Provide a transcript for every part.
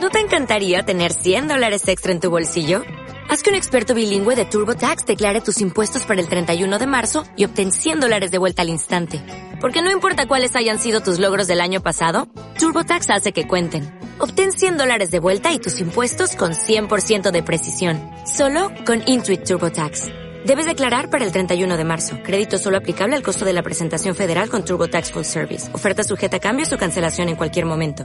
¿No te encantaría tener $100 extra en tu bolsillo? Haz que un experto bilingüe de TurboTax declare tus impuestos para el 31 de marzo y obtén $100 de vuelta al instante. Porque no importa cuáles hayan sido tus logros del año pasado, TurboTax hace que cuenten. Obtén $100 de vuelta y tus impuestos con 100% de precisión. Solo con Intuit TurboTax. Debes declarar para el 31 de marzo. Crédito solo aplicable al costo de la presentación federal con TurboTax Full Service. Oferta sujeta a cambios o cancelación en cualquier momento.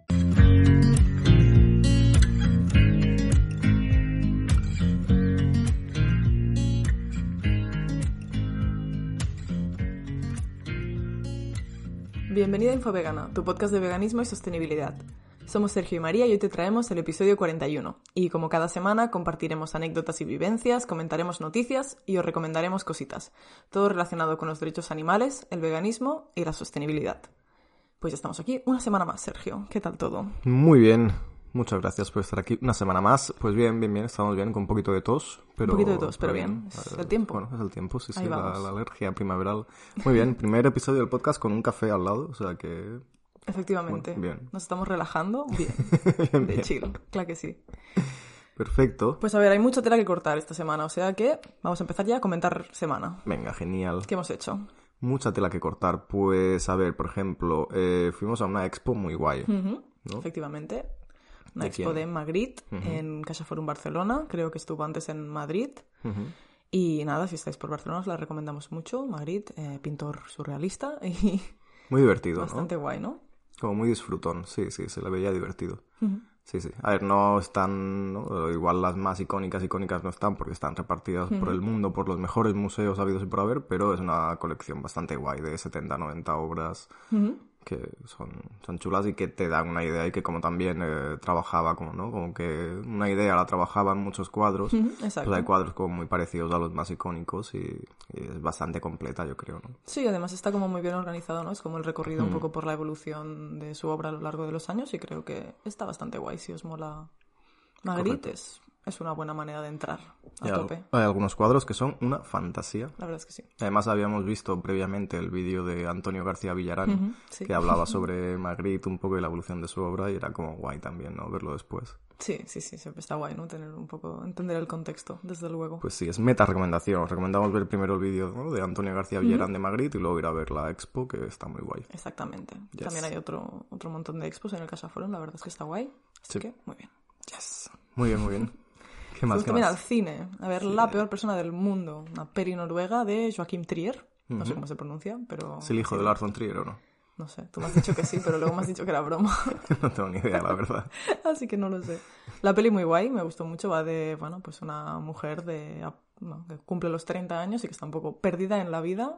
Bienvenida a Infovegana, tu podcast de veganismo y sostenibilidad. Somos Sergio y María y hoy te traemos el episodio 41. Y como cada semana compartiremos anécdotas y vivencias, comentaremos noticias y os recomendaremos cositas. Todo relacionado con los derechos animales, el veganismo y la sostenibilidad. Pues ya estamos aquí una semana más, Sergio. ¿Qué tal todo? Muy bien. Muchas gracias por estar aquí una semana más. Pues bien, estamos bien, con un poquito de tos. Pero, un poquito de tos, pero bien. Es el tiempo. Bueno, es el tiempo, sí, la alergia primaveral. Muy bien, primer episodio del podcast con un café al lado, o sea que... Efectivamente. Bueno, bien. Nos estamos relajando. Bien. De chill, claro que sí. Perfecto. Pues a ver, hay mucha tela que cortar esta semana, o sea que vamos a empezar ya a comentar semana. Venga, genial. ¿Qué hemos hecho? Mucha tela que cortar. Pues a ver, por ejemplo, fuimos a una expo muy guay, ¿no? Efectivamente. Una expo de Magritte en Caixa Forum Barcelona. Creo que estuvo antes en Madrid. Y nada, si estáis por Barcelona os la recomendamos mucho. Magritte, pintor surrealista y... Muy divertido, bastante guay, ¿no? Como muy disfrutón, sí, se le veía divertido. Sí. A ver, no están, ¿no? Igual las más icónicas no están porque están repartidas por el mundo, por los mejores museos habidos y por haber, pero es una colección bastante guay de 70, 90 obras que son chulas y que te dan una idea y que como también trabajaba como que una idea la trabajaba en muchos cuadros. Exacto. Pues hay cuadros como muy parecidos a los más icónicos y es bastante completa, yo creo, ¿no? Sí, además está como muy bien organizado, ¿no? Es como el recorrido un poco por la evolución de su obra a lo largo de los años y creo que está bastante guay si os mola Magritte. Es una buena manera de entrar a tope. Hay algunos cuadros que son una fantasía. La verdad es que sí. Además habíamos visto previamente el vídeo de Antonio García Villarán que hablaba sobre Magritte un poco y la evolución de su obra y era como guay también, ¿no? Verlo después. Sí, siempre está guay, ¿no? Tener un poco, entender el contexto, desde luego. Pues sí, es meta recomendación. Os recomendamos ver primero el vídeo, ¿no? De Antonio García Villarán de Magritte y luego ir a ver la expo, que está muy guay. Exactamente. Yes. También hay otro montón de expos en el Caixa Forum, la verdad es que está guay. Así que, muy bien. Yes. Muy bien. ¿Qué más? También al cine, a ver La peor persona del mundo, una peli noruega de Joachim Trier, no sé cómo se pronuncia, pero... ¿Es el hijo de Lars von Trier o no? No sé, tú me has dicho que sí, pero luego me has dicho que era broma. No tengo ni idea, la verdad. Así que no lo sé. La peli muy guay, me gustó mucho, va de, pues una mujer que cumple los 30 años y que está un poco perdida en la vida.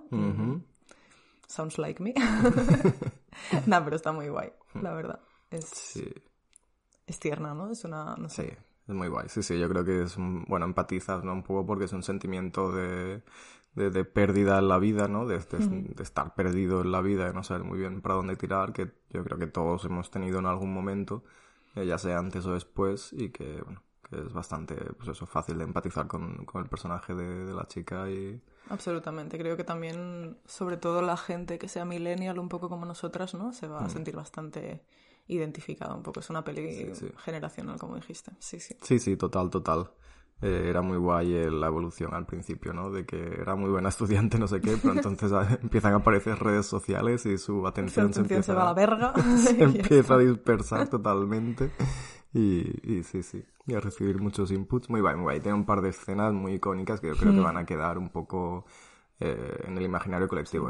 Sounds like me. Nah, pero está muy guay, la verdad. Es tierna, ¿no? Es una... no sé. Sí. Es muy guay, sí, yo creo que es, empatizas, ¿no? Un poco porque es un sentimiento de pérdida en la vida, ¿no? De estar perdido en la vida, de no saber muy bien para dónde tirar, que yo creo que todos hemos tenido en algún momento, ya sea antes o después, y que, que es bastante, pues eso, fácil de empatizar con el personaje de la chica y... Absolutamente, creo que también, sobre todo la gente que sea millennial, un poco como nosotras, ¿no? Se va a sentir bastante... identificado un poco, es una peli generacional, como dijiste. Sí, total. Era muy guay la evolución al principio, ¿no? De que era muy buena estudiante, no sé qué, pero entonces empiezan a aparecer redes sociales y su atención se va a la verga. Se empieza a dispersar totalmente y sí, y a recibir muchos inputs. Muy guay. Tiene un par de escenas muy icónicas que yo creo que van a quedar un poco... en el imaginario colectivo.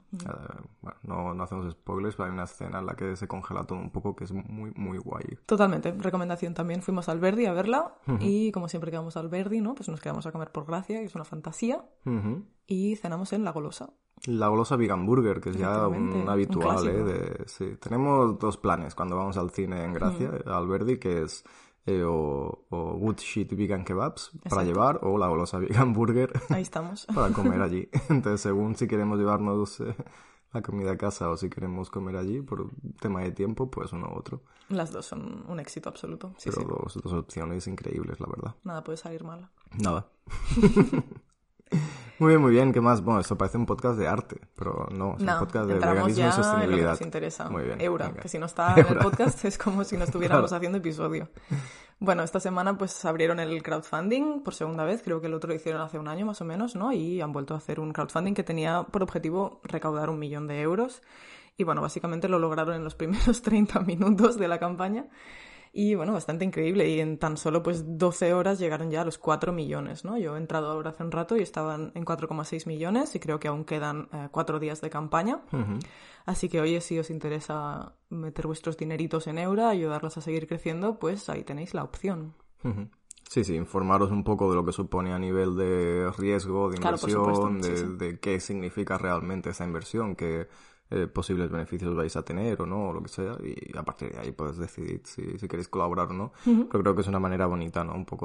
Bueno, no hacemos spoilers, pero hay una escena en la que se congela todo un poco que es muy, muy guay. Totalmente. Recomendación también. Fuimos al Verdi a verla y como siempre que vamos al Verdi, ¿no? Pues nos quedamos a comer por gracia, que es una fantasía, y cenamos en La Golosa. La Golosa Vegan Burger, que es ya un habitual, sí. Tenemos dos planes cuando vamos al cine en Gracia, al Verdi, que es... o Good Shit Vegan Kebabs para llevar, o la Golosa Vegan Burger. Ahí estamos. Para comer allí. Entonces, según si queremos llevarnos la comida a casa o si queremos comer allí por tema de tiempo, pues uno u otro. Las dos son un éxito absoluto. Sí, pero dos opciones increíbles, la verdad. Nada puede salir mal. Nada. Muy bien. ¿Qué más? Bueno, esto parece un podcast de arte, pero no, es un podcast de veganismo y sostenibilidad. En lo que nos interesa. Muy bien. Eura, venga. que si no está en el podcast es como si no estuviéramos Claro. haciendo episodio. Bueno, esta semana pues abrieron el crowdfunding por segunda vez, creo que el otro lo hicieron hace un año más o menos, ¿no? Y han vuelto a hacer un crowdfunding que tenía por objetivo recaudar 1 millón de euros. Y bueno, básicamente lo lograron en los primeros 30 minutos de la campaña. Y bueno, bastante increíble. Y en tan solo pues 12 horas llegaron ya a los 4 millones, ¿no? Yo he entrado ahora hace un rato y estaban en 4,6 millones y creo que aún quedan 4 días de campaña. Ujú. Así que oye, si os interesa meter vuestros dineritos en Eura, ayudarlas a seguir creciendo, pues ahí tenéis la opción. Ujú. Sí, informaros un poco de lo que supone a nivel de riesgo, de Claro, por inversión, supuesto, sí. de qué significa realmente esa inversión, qué posibles beneficios vais a tener o no, o lo que sea, y a partir de ahí podéis decidir si queréis colaborar o no. Ujú. Pero creo que es una manera bonita, ¿no? Un poco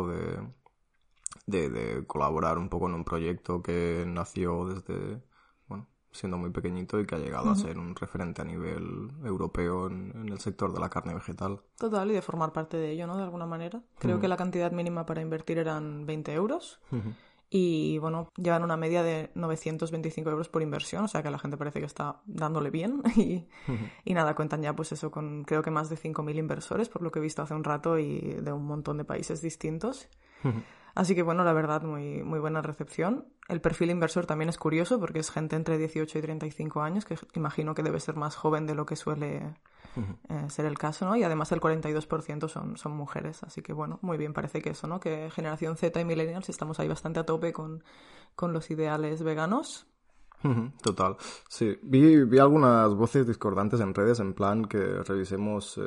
de colaborar un poco en un proyecto que nació desde, bueno, siendo muy pequeñito y que ha llegado a ser un referente a nivel europeo en el sector de la carne vegetal. Total, y de formar parte de ello, ¿no? De alguna manera. Creo que la cantidad mínima para invertir eran 20 euros. Y bueno, llevan una media de 925 euros por inversión, o sea que a la gente parece que está dándole bien. Y nada, cuentan ya pues eso con creo que más de 5.000 inversores, por lo que he visto hace un rato, y de un montón de países distintos. Así que bueno, la verdad, muy, muy buena recepción. El perfil inversor también es curioso porque es gente entre 18 y 35 años, que imagino que debe ser más joven de lo que suele ser el caso, ¿no? Y además el 42% son mujeres. Así que bueno, muy bien, parece que eso, ¿no? Que generación Z y millennials estamos ahí bastante a tope con los ideales veganos. Total. Sí, vi algunas voces discordantes en redes en plan que revisemos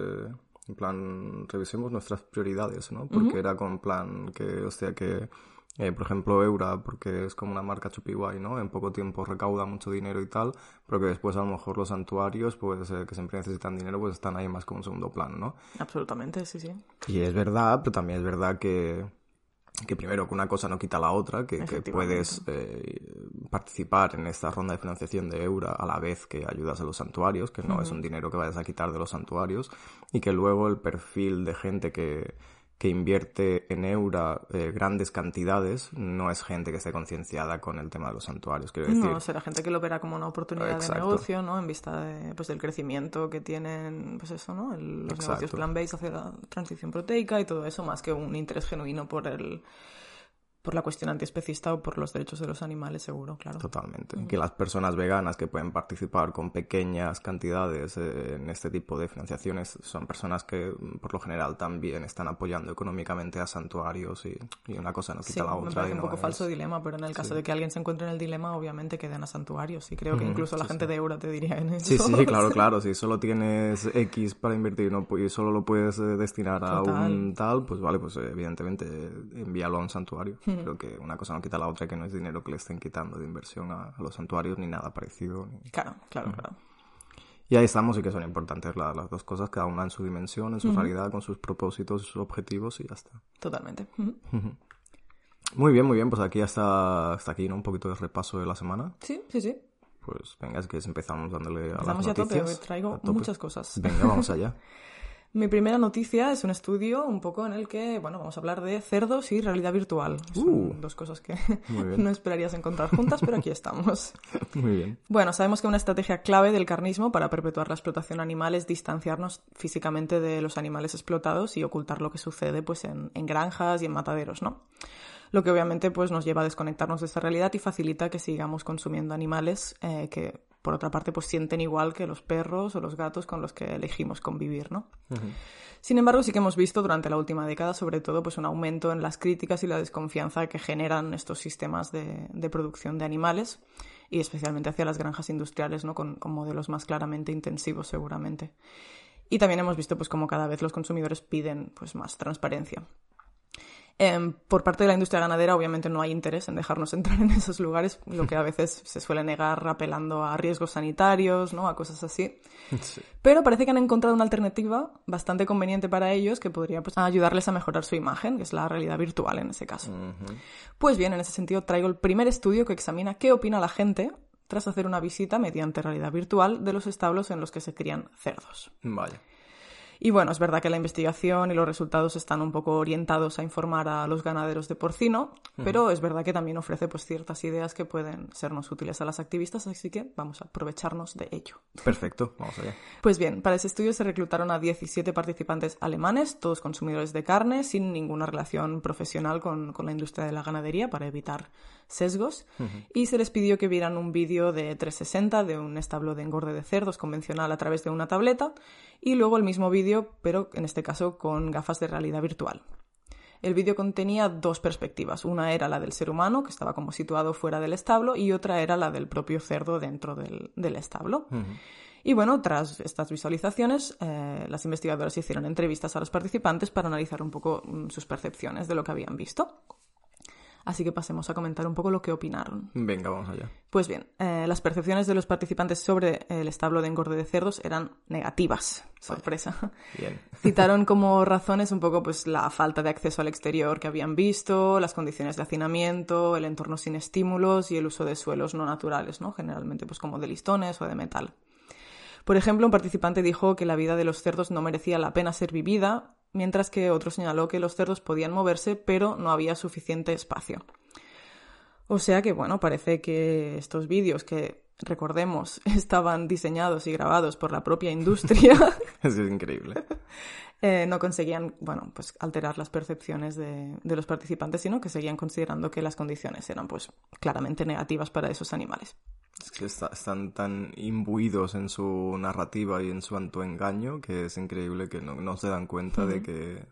nuestras prioridades, ¿no? Porque era con plan que, hostia, que por ejemplo Eura, porque es como una marca chupi guay, ¿no? En poco tiempo recauda mucho dinero y tal, pero que después a lo mejor los santuarios, pues que siempre necesitan dinero, pues están ahí más como un segundo plano, ¿no? Absolutamente, sí, sí. Y es verdad, pero también es verdad que primero que una cosa no quita la otra, que puedes participar en esta ronda de financiación de Eura a la vez que ayudas a los santuarios, que no es un dinero que vayas a quitar de los santuarios, y que luego el perfil de gente que invierte en Eura grandes cantidades no es gente que esté concienciada con el tema de los santuarios, quiero decir. No, será gente que lo verá como una oportunidad Exacto. de negocio, ¿no? En vista de, pues, del crecimiento que tienen, pues eso, ¿no? Los Exacto. negocios plant-based hacia la transición proteica y todo eso, más que un interés genuino por la cuestión antiespecista o por los derechos de los animales, seguro, claro. Totalmente. Que las personas veganas que pueden participar con pequeñas cantidades en este tipo de financiaciones son personas que, por lo general, también están apoyando económicamente a santuarios y una cosa no quita la otra. Me parece y un no poco falso dilema, pero en el caso de que alguien se encuentre en el dilema, obviamente que den a santuarios. Y creo que incluso la gente de Eura te diría en eso. Sí, claro. Si solo tienes X para invertir y solo lo puedes destinar a un tal, pues vale, pues evidentemente envíalo a un santuario. Creo que una cosa no quita la otra, que no es dinero que le estén quitando de inversión a los santuarios ni nada parecido. Claro. Y ahí estamos, y que son importantes las dos cosas, cada una en su dimensión, en su realidad, con sus propósitos y sus objetivos, y ya está. Totalmente. Muy bien, pues aquí hasta aquí, ¿no? Un poquito de repaso de la semana. Sí. Pues venga, es que empezamos dándole a Empezamos las ya noticias. a tope, hoy traigo muchas cosas. Venga, vamos allá. Mi primera noticia es un estudio un poco en el que, bueno, vamos a hablar de cerdos y realidad virtual. Son dos cosas que no esperarías encontrar juntas, pero aquí estamos. Muy bien. Bueno, sabemos que una estrategia clave del carnismo para perpetuar la explotación animal es distanciarnos físicamente de los animales explotados y ocultar lo que sucede pues en granjas y en mataderos, ¿no? Lo que obviamente pues nos lleva a desconectarnos de esta realidad y facilita que sigamos consumiendo animales que, por otra parte, pues sienten igual que los perros o los gatos con los que elegimos convivir, ¿no? Sin embargo, sí que hemos visto durante la última década, sobre todo, pues un aumento en las críticas y la desconfianza que generan estos sistemas de producción de animales, y especialmente hacia las granjas industriales, ¿no? Con modelos más claramente intensivos, seguramente. Y también hemos visto pues como cada vez los consumidores piden pues más transparencia. Por parte de la industria ganadera, obviamente, no hay interés en dejarnos entrar en esos lugares, lo que a veces se suele negar apelando a riesgos sanitarios, ¿no? A cosas así. Sí. Pero parece que han encontrado una alternativa bastante conveniente para ellos que podría pues, ayudarles a mejorar su imagen, que es la realidad virtual en ese caso. Pues bien, en ese sentido traigo el primer estudio que examina qué opina la gente tras hacer una visita mediante realidad virtual de los establos en los que se crían cerdos. Vaya. Y bueno, es verdad que la investigación y los resultados están un poco orientados a informar a los ganaderos de porcino, pero es verdad que también ofrece pues ciertas ideas que pueden sernos útiles a las activistas, así que vamos a aprovecharnos de ello. Perfecto, vamos allá. Pues bien, para ese estudio se reclutaron a 17 participantes alemanes, todos consumidores de carne, sin ninguna relación profesional con la industria de la ganadería, para evitar sesgos, y se les pidió que vieran un vídeo de 360 de un establo de engorde de cerdos convencional a través de una tableta, y luego el mismo vídeo, pero en este caso con gafas de realidad virtual. El vídeo contenía dos perspectivas. Una era la del ser humano, que estaba como situado fuera del establo, y otra era la del propio cerdo dentro del establo. Y bueno, tras estas visualizaciones, las investigadoras hicieron entrevistas a los participantes para analizar un poco sus percepciones de lo que habían visto. Así que pasemos a comentar un poco lo que opinaron. Venga, vamos allá. Pues bien, las percepciones de los participantes sobre el establo de engorde de cerdos eran negativas. Sorpresa. Bien. Citaron como razones un poco pues la falta de acceso al exterior que habían visto, las condiciones de hacinamiento, el entorno sin estímulos y el uso de suelos no naturales, ¿no? Generalmente pues como de listones o de metal. Por ejemplo, un participante dijo que la vida de los cerdos no merecía la pena ser vivida, mientras que otro señaló que los cerdos podían moverse, pero no había suficiente espacio. O sea que, bueno, parece que estos vídeos que, recordemos, estaban diseñados y grabados por la propia industria... Eso es increíble. No conseguían, bueno, pues alterar las percepciones de los participantes, sino que seguían considerando que las condiciones eran, pues, claramente negativas para esos animales. Es que están tan imbuidos en su narrativa y en su autoengaño que es increíble que no se dan cuenta de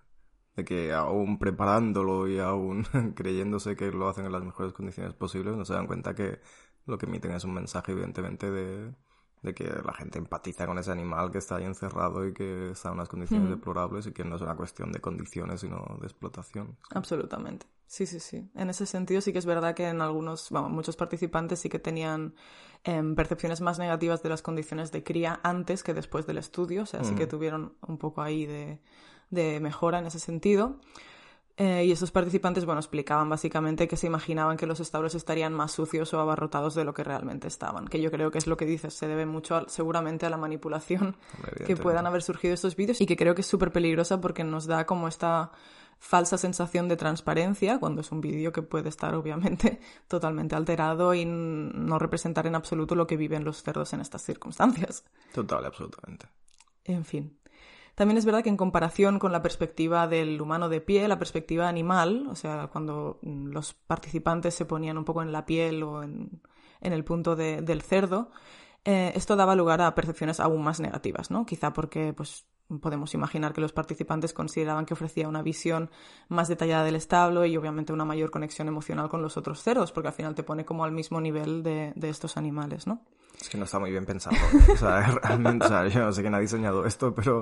que aún preparándolo y aún creyéndose que lo hacen en las mejores condiciones posibles, no se dan cuenta que lo que emiten es un mensaje evidentemente de que la gente empatiza con ese animal que está ahí encerrado y que está en unas condiciones deplorables y que no es una cuestión de condiciones sino de explotación. Absolutamente. Sí. En ese sentido sí que es verdad que en muchos participantes sí que tenían percepciones más negativas de las condiciones de cría antes que después del estudio, o sea, sí que tuvieron un poco ahí de mejora en ese sentido. Y esos participantes, bueno, explicaban básicamente que se imaginaban que los establos estarían más sucios o abarrotados de lo que realmente estaban, que yo creo que es lo que dices, se debe mucho seguramente a la manipulación que puedan haber surgido estos vídeos y que creo que es súper peligrosa porque nos da como esta falsa sensación de transparencia cuando es un vídeo que puede estar obviamente totalmente alterado y no representar en absoluto lo que viven los cerdos en estas circunstancias. Total, absolutamente. En fin. También es verdad que en comparación con la perspectiva del humano de pie, la perspectiva animal, o sea, cuando los participantes se ponían un poco en la piel o en el punto del cerdo, esto daba lugar a percepciones aún más negativas, ¿no? Quizá porque pues podemos imaginar que los participantes consideraban que ofrecía una visión más detallada del establo y obviamente una mayor conexión emocional con los otros cerdos, porque al final te pone como al mismo nivel de estos animales, ¿no? Es que no está muy bien pensado. O sea, realmente, o sea, yo no sé quién ha diseñado esto, pero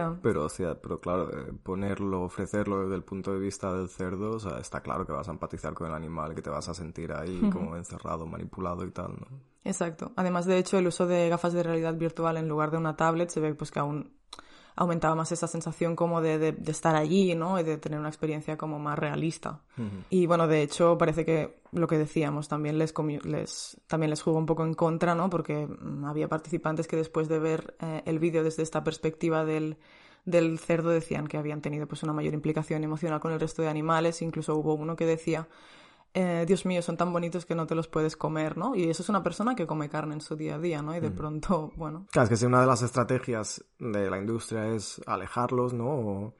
claro, ponerlo, ofrecerlo desde el punto de vista del cerdo, o sea, está claro que vas a empatizar con el animal, que te vas a sentir ahí como encerrado, manipulado y tal, ¿no? Exacto. Además, de hecho, el uso de gafas de realidad virtual en lugar de una tablet se ve pues que aún aumentaba más esa sensación como de estar allí, ¿no? Y de tener una experiencia como más realista. Y bueno, de hecho, parece que lo que decíamos también les jugó un poco en contra, ¿no? Porque había participantes que después de ver el vídeo desde esta perspectiva del cerdo decían que habían tenido pues una mayor implicación emocional con el resto de animales. Incluso hubo uno que decía... Dios mío, son tan bonitos que no te los puedes comer, ¿no? Y eso es una persona que come carne en su día a día, ¿no? Y de pronto, bueno... Claro, es que si una de las estrategias de la industria es alejarlos, ¿no?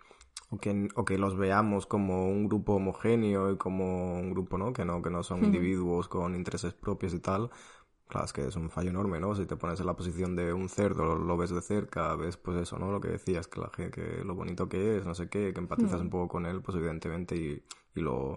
O que los veamos como un grupo homogéneo y como un grupo, ¿no? Que no son individuos con intereses propios y tal. Claro, es que es un fallo enorme, ¿no? Si te pones en la posición de un cerdo, lo ves de cerca, ves pues eso, ¿no? Lo que decías, que lo bonito que es, no sé qué, que empatizas un poco con él, pues evidentemente, y lo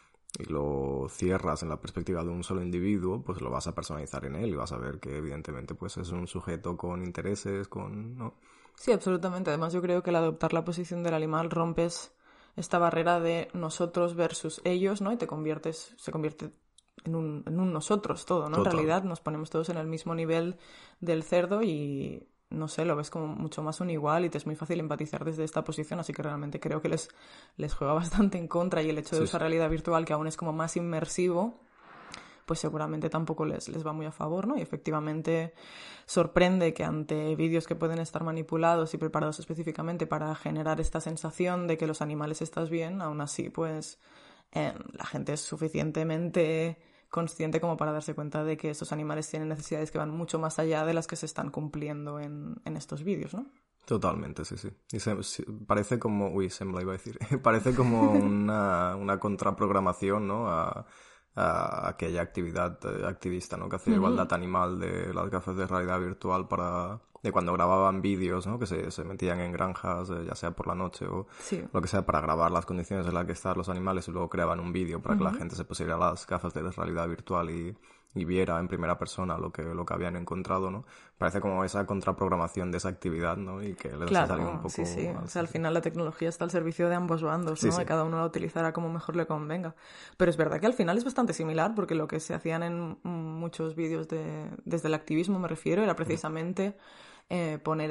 cierras en la perspectiva de un solo individuo, pues lo vas a personalizar en él y vas a ver que evidentemente pues es un sujeto con intereses, ¿no? Sí, absolutamente. Además yo creo que al adoptar la posición del animal rompes esta barrera de nosotros versus ellos, ¿no? Y se convierte en un nosotros todo, ¿no? Total. En realidad nos ponemos todos en el mismo nivel del cerdo y... no sé, lo ves como mucho más un igual y te es muy fácil empatizar desde esta posición, así que realmente creo que les juega bastante en contra y el hecho de usar realidad virtual, que aún es como más inmersivo, pues seguramente tampoco les va muy a favor, ¿no? Y efectivamente sorprende que ante vídeos que pueden estar manipulados y preparados específicamente para generar esta sensación de que los animales están bien, aún así, pues la gente es suficientemente consciente como para darse cuenta de que estos animales tienen necesidades que van mucho más allá de las que se están cumpliendo en estos vídeos, ¿no? Totalmente, sí, sí. Y parece como... Uy, sembla iba a decir. Parece como una contraprogramación, ¿no? A aquella actividad activista, ¿no? Que hacía igualdad animal de las gafas de realidad virtual de cuando grababan vídeos, ¿no? Que se metían en granjas, ya sea por la noche o lo que sea, para grabar las condiciones en las que están los animales y luego creaban un vídeo para que la gente se pusiera las gafas de realidad virtual y viera en primera persona lo que habían encontrado, ¿no? Parece como esa contraprogramación de esa actividad, ¿no? Y que les ha salido un poco... Sí. O sea, al final la tecnología está al servicio de ambos bandos, ¿no? Sí. Y cada uno la utilizará como mejor le convenga. Pero es verdad que al final es bastante similar, porque lo que se hacían en muchos vídeos desde el activismo, me refiero, era precisamente poner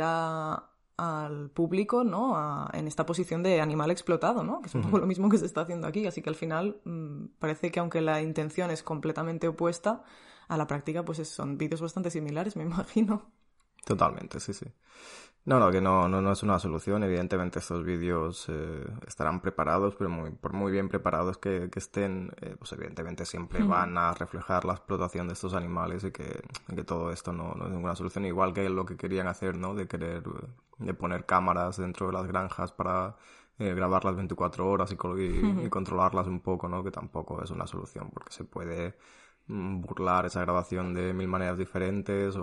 al público, ¿no? En esta posición de animal explotado, ¿no? Que es un poco lo mismo que se está haciendo aquí. Así que al final parece que aunque la intención es completamente opuesta, a la práctica pues son vídeos bastante similares, me imagino. Totalmente, sí. No, que no es una solución. Evidentemente estos vídeos estarán preparados, pero por muy bien preparados que estén, pues evidentemente siempre van a reflejar la explotación de estos animales y que todo esto no es ninguna solución. Igual que lo que querían hacer, ¿no? De poner cámaras dentro de las granjas para grabarlas 24 horas y controlarlas un poco, ¿no? Que tampoco es una solución, porque se puede burlar esa grabación de 1000 maneras diferentes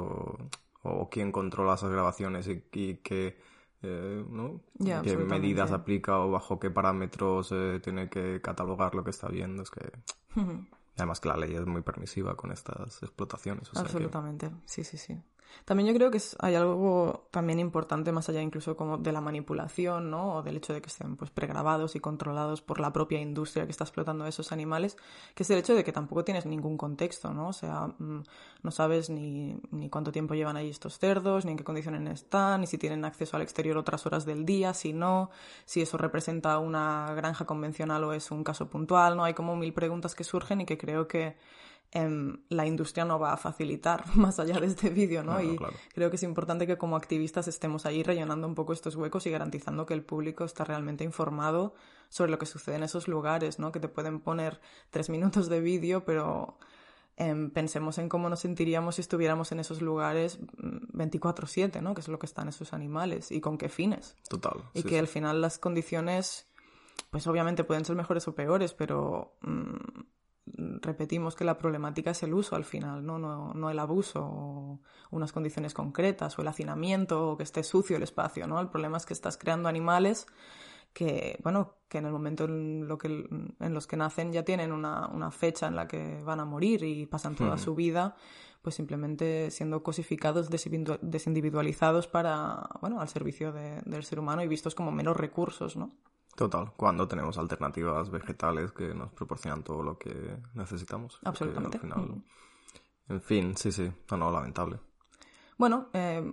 o quién controla esas grabaciones y qué, ¿no? qué medidas aplica o bajo qué parámetros tiene que catalogar lo que está viendo. Es que además que la ley es muy permisiva con estas explotaciones. O sea absolutamente, sí. También yo creo que hay algo también importante más allá incluso como de la manipulación, ¿no? O del hecho de que estén pues pregrabados y controlados por la propia industria que está explotando a esos animales, que es el hecho de que tampoco tienes ningún contexto, ¿no? O sea, no sabes ni cuánto tiempo llevan ahí estos cerdos, ni en qué condiciones están, ni si tienen acceso al exterior otras horas del día, si no, si eso representa una granja convencional o es un caso puntual, ¿no? Hay como 1000 preguntas que surgen y que creo que la industria no va a facilitar más allá de este vídeo, ¿no? Y claro, creo que es importante que como activistas estemos ahí rellenando un poco estos huecos y garantizando que el público está realmente informado sobre lo que sucede en esos lugares, ¿no? Que te pueden poner 3 minutos de vídeo, pero pensemos en cómo nos sentiríamos si estuviéramos en esos lugares 24/7, ¿no? Que es lo que están esos animales y con qué fines. Total. Y que al final las condiciones, pues obviamente pueden ser mejores o peores, pero... repetimos que la problemática es el uso al final, no el abuso o unas condiciones concretas o el hacinamiento o que esté sucio el espacio, ¿no? El problema es que estás creando animales que en el momento en los que nacen ya tienen una fecha en la que van a morir y pasan toda su vida pues simplemente siendo cosificados, desindividualizados al servicio del ser humano y vistos como menos recursos, ¿no? Total, cuando tenemos alternativas vegetales que nos proporcionan todo lo que necesitamos. Absolutamente. Al final... En fin, sí. No, lamentable. Bueno,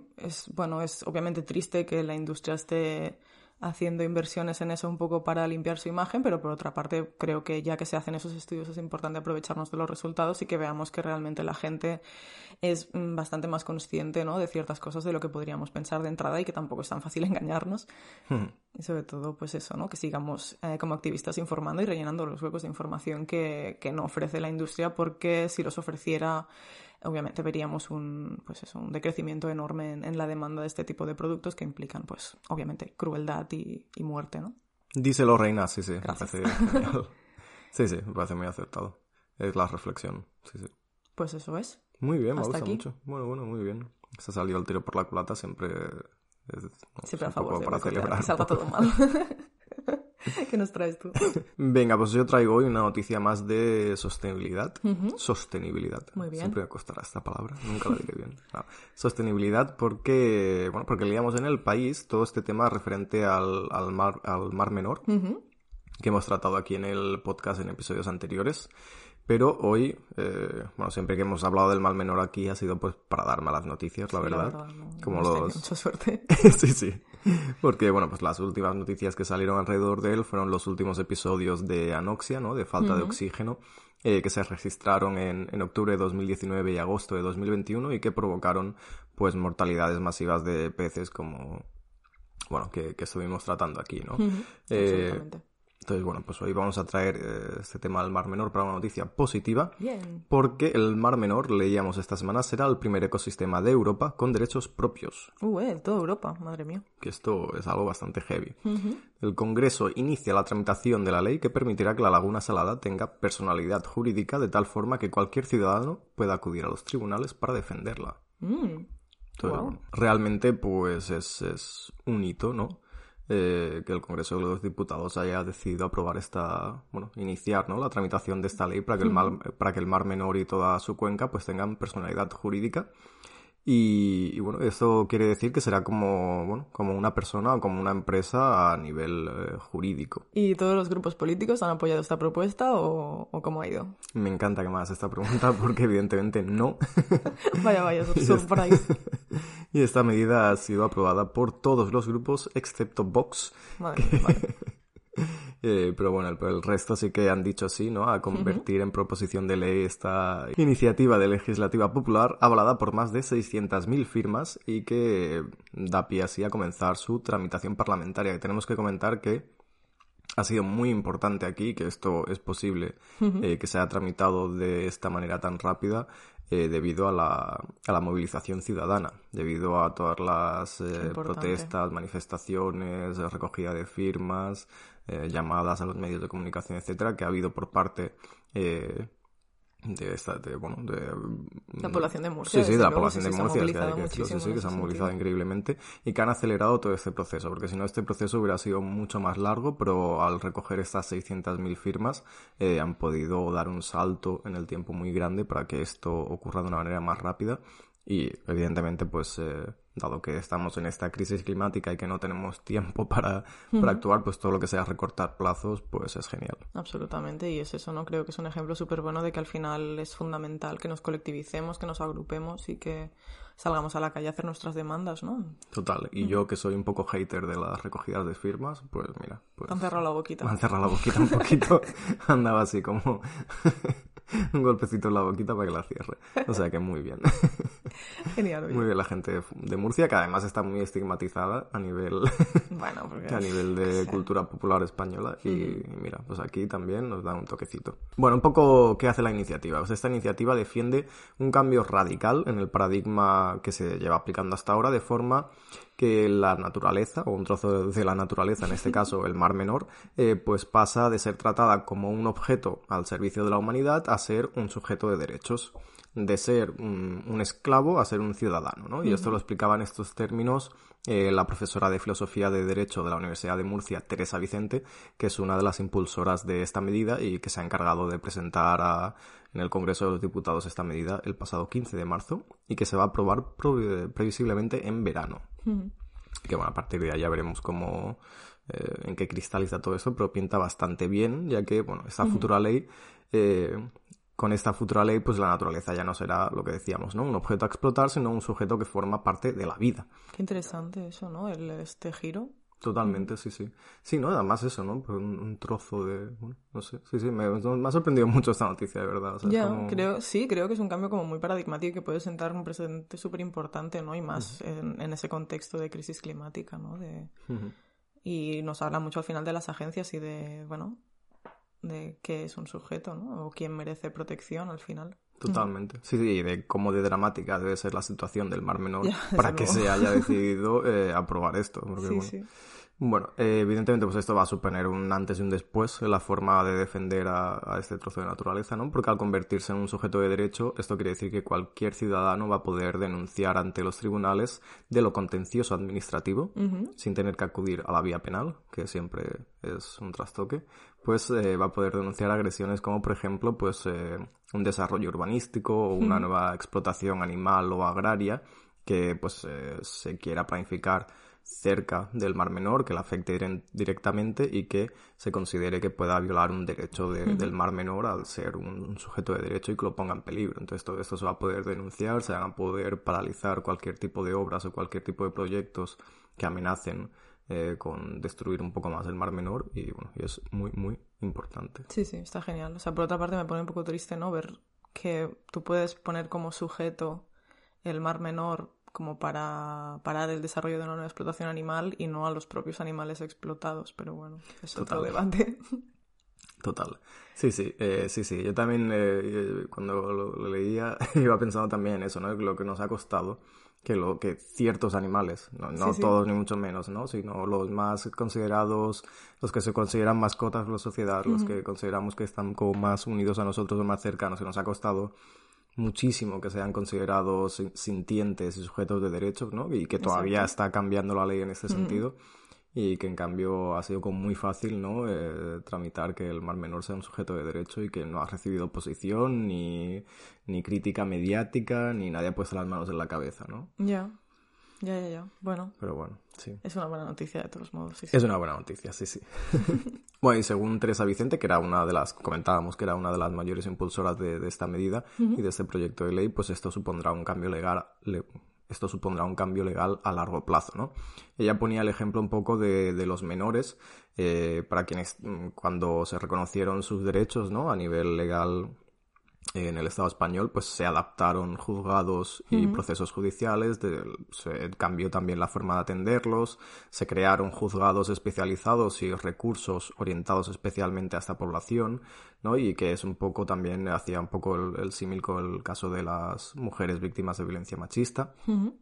es obviamente triste que la industria esté haciendo inversiones en eso un poco para limpiar su imagen, pero por otra parte creo que ya que se hacen esos estudios es importante aprovecharnos de los resultados y que veamos que realmente la gente es bastante más consciente, ¿no? De ciertas cosas de lo que podríamos pensar de entrada y que tampoco es tan fácil engañarnos. Y sobre todo, pues eso, ¿no? Que sigamos como activistas informando y rellenando los huecos de información que no ofrece la industria, porque si los ofreciera, obviamente veríamos un decrecimiento enorme en la demanda de este tipo de productos que implican, pues, obviamente, crueldad y muerte, ¿no? Díselo, reina, sí. Gracias. Me parece genial. Sí, me parece muy acertado. Es la reflexión, sí. Pues eso es. Muy bien, me Hasta gusta aquí. mucho. Bueno, muy bien. Se ha salido el tiro por la culata, siempre siempre a favor de para celebrar. Que salga todo mal. ¿Qué nos traes tú? Venga, pues yo traigo hoy una noticia más de sostenibilidad. Sostenibilidad. Muy bien. Siempre me costará esta palabra, nunca la diré bien. No. Sostenibilidad porque leíamos en El País todo este tema referente al Mar Menor, que hemos tratado aquí en el podcast en episodios anteriores. Pero hoy, siempre que hemos hablado del Mar Menor aquí ha sido pues para dar malas noticias, la verdad. No como mucha suerte. Sí. Porque, bueno, pues las últimas noticias que salieron alrededor de él fueron los últimos episodios de anoxia, ¿no? De falta de oxígeno, que se registraron en octubre de 2019 y agosto de 2021 y que provocaron, pues, mortalidades masivas de peces como, bueno, que estuvimos tratando aquí, ¿no? Absolutamente. Entonces, bueno, pues hoy vamos a traer este tema del Mar Menor para una noticia positiva. Bien. Porque el Mar Menor, leíamos esta semana, será el primer ecosistema de Europa con derechos propios. Toda Europa, madre mía. Que esto es algo bastante heavy. El Congreso inicia la tramitación de la ley que permitirá que la Laguna Salada tenga personalidad jurídica de tal forma que cualquier ciudadano pueda acudir a los tribunales para defenderla. Entonces, bueno, realmente, pues es un hito, ¿no? Que el Congreso de los Diputados haya decidido aprobar iniciar, ¿no? La tramitación de esta ley para que el Mar Menor y toda su cuenca pues tengan personalidad jurídica. Y bueno, esto quiere decir que será como una persona o como una empresa a nivel jurídico. ¿Y todos los grupos políticos han apoyado esta propuesta o cómo ha ido? Me encanta que me hagas esta pregunta porque evidentemente no. Vaya, solo por ahí. Y esta medida ha sido aprobada por todos los grupos excepto Vox. Vale. Pero bueno, el resto sí que han dicho sí, ¿no? A convertir en proposición de ley esta iniciativa de legislativa popular avalada por más de 600.000 firmas y que da pie así a comenzar su tramitación parlamentaria. Y tenemos que comentar que ha sido muy importante aquí que esto es posible, que se haya tramitado de esta manera tan rápida debido a la movilización ciudadana, debido a todas las protestas, manifestaciones, recogida de firmas, llamadas a los medios de comunicación, etcétera, que ha habido por parte la población de Murcia. Sí, de la población de Murcia, que se han movilizado increíblemente y que han acelerado todo este proceso, porque si no este proceso hubiera sido mucho más largo, pero al recoger estas 600.000 firmas han podido dar un salto en el tiempo muy grande para que esto ocurra de una manera más rápida y evidentemente pues dado que estamos en esta crisis climática y que no tenemos tiempo para actuar, pues todo lo que sea recortar plazos, pues es genial. Absolutamente, y es eso, ¿no? Creo que es un ejemplo súper bueno de que al final es fundamental que nos colectivicemos, que nos agrupemos y que salgamos a la calle a hacer nuestras demandas, ¿no? Total, y yo que soy un poco hater de las recogidas de firmas, pues mira... Pues, te han cerrado la boquita. Me han cerrado la boquita un poquito, andaba así como... un golpecito en la boquita para que la cierre. O sea que muy bien. Genial. Oye. Muy bien la gente de Murcia, que además está muy estigmatizada a nivel a nivel de cultura popular española. Y mira, pues aquí también nos dan un toquecito. Bueno, un poco ¿qué hace la iniciativa? Pues esta iniciativa defiende un cambio radical en el paradigma que se lleva aplicando hasta ahora, de forma que la naturaleza, o un trozo de la naturaleza, en este caso el Mar Menor, pues pasa de ser tratada como un objeto al servicio de la humanidad a ser un sujeto de derechos, de ser un esclavo a ser un ciudadano, ¿no? Y esto lo explicaba en estos términos la profesora de Filosofía de Derecho de la Universidad de Murcia, Teresa Vicente, que es una de las impulsoras de esta medida y que se ha encargado de presentar en el Congreso de los Diputados esta medida el pasado 15 de marzo y que se va a aprobar previsiblemente en verano. Que bueno, a partir de ahí ya veremos cómo en qué cristaliza todo eso, pero pinta bastante bien, ya que bueno, esta futura ley con esta futura ley pues la naturaleza ya no será lo que decíamos, ¿no? Un objeto a explotar, sino un sujeto que forma parte de la vida. Qué interesante eso, ¿no? Este giro. Totalmente, sí. Sí, ¿no? Además eso, ¿no? Pues un trozo de... Bueno, no sé. Sí, me ha sorprendido mucho esta noticia, de verdad. O sea, ya, como... creo que es un cambio como muy paradigmático y que puede sentar un precedente súper importante, ¿no? Y más en ese contexto de crisis climática, ¿no? Y nos habla mucho al final de las agencias y de qué es un sujeto, ¿no? O quién merece protección al final. Totalmente. Sí, y de cómo de dramática debe ser la situación del Mar Menor para que se haya decidido aprobar esto. Porque, sí. Bueno, evidentemente pues esto va a suponer un antes y un después en la forma de defender a este trozo de naturaleza, ¿no? Porque al convertirse en un sujeto de derecho, esto quiere decir que cualquier ciudadano va a poder denunciar ante los tribunales de lo contencioso administrativo, sin tener que acudir a la vía penal, que siempre es un trastoque, pues va a poder denunciar agresiones como, por ejemplo, pues un desarrollo urbanístico o una nueva explotación animal o agraria que pues se quiera planificar cerca del Mar Menor, que la afecte directamente y que se considere que pueda violar un derecho del Mar Menor al ser un sujeto de derecho y que lo ponga en peligro. Entonces todo esto se va a poder denunciar, se van a poder paralizar cualquier tipo de obras o cualquier tipo de proyectos que amenacen con destruir un poco más el Mar Menor y bueno, y es muy, muy importante. Sí, está genial. O sea, por otra parte me pone un poco triste, ¿no? Ver que tú puedes poner como sujeto el Mar Menor como para parar el desarrollo de una nueva explotación animal y no a los propios animales explotados, pero bueno, es otro debate. Total. Sí. Yo también cuando lo leía iba pensando también en eso, ¿no? Lo que nos ha costado que ciertos animales, no todos ni mucho menos, ¿no? Sino los más considerados, los que se consideran mascotas de la sociedad, los que consideramos que están como más unidos a nosotros o más cercanos, que nos ha costado muchísimo que sean considerados sintientes y sujetos de derechos, ¿no? Y que todavía está cambiando la ley en este sentido. Y que en cambio ha sido como muy fácil, ¿no? Tramitar que el Mar Menor sea un sujeto de derecho y que no ha recibido oposición, ni crítica mediática, ni nadie ha puesto las manos en la cabeza, ¿no? Ya. Bueno. Pero bueno, sí. Es una buena noticia de todos modos, sí. Es una buena noticia, sí. Bueno, y según Teresa Vicente, que era comentábamos que era una de las mayores impulsoras de esta medida y de este proyecto de ley, pues esto supondrá un cambio legal a largo plazo, ¿no? Ella ponía el ejemplo un poco de los menores, para quienes cuando se reconocieron sus derechos, ¿no? A nivel legal en el Estado español, pues se adaptaron juzgados y procesos judiciales, se cambió también la forma de atenderlos, se crearon juzgados especializados y recursos orientados especialmente a esta población, ¿no? Y que es un poco también, hacía un poco el símil con el caso de las mujeres víctimas de violencia machista.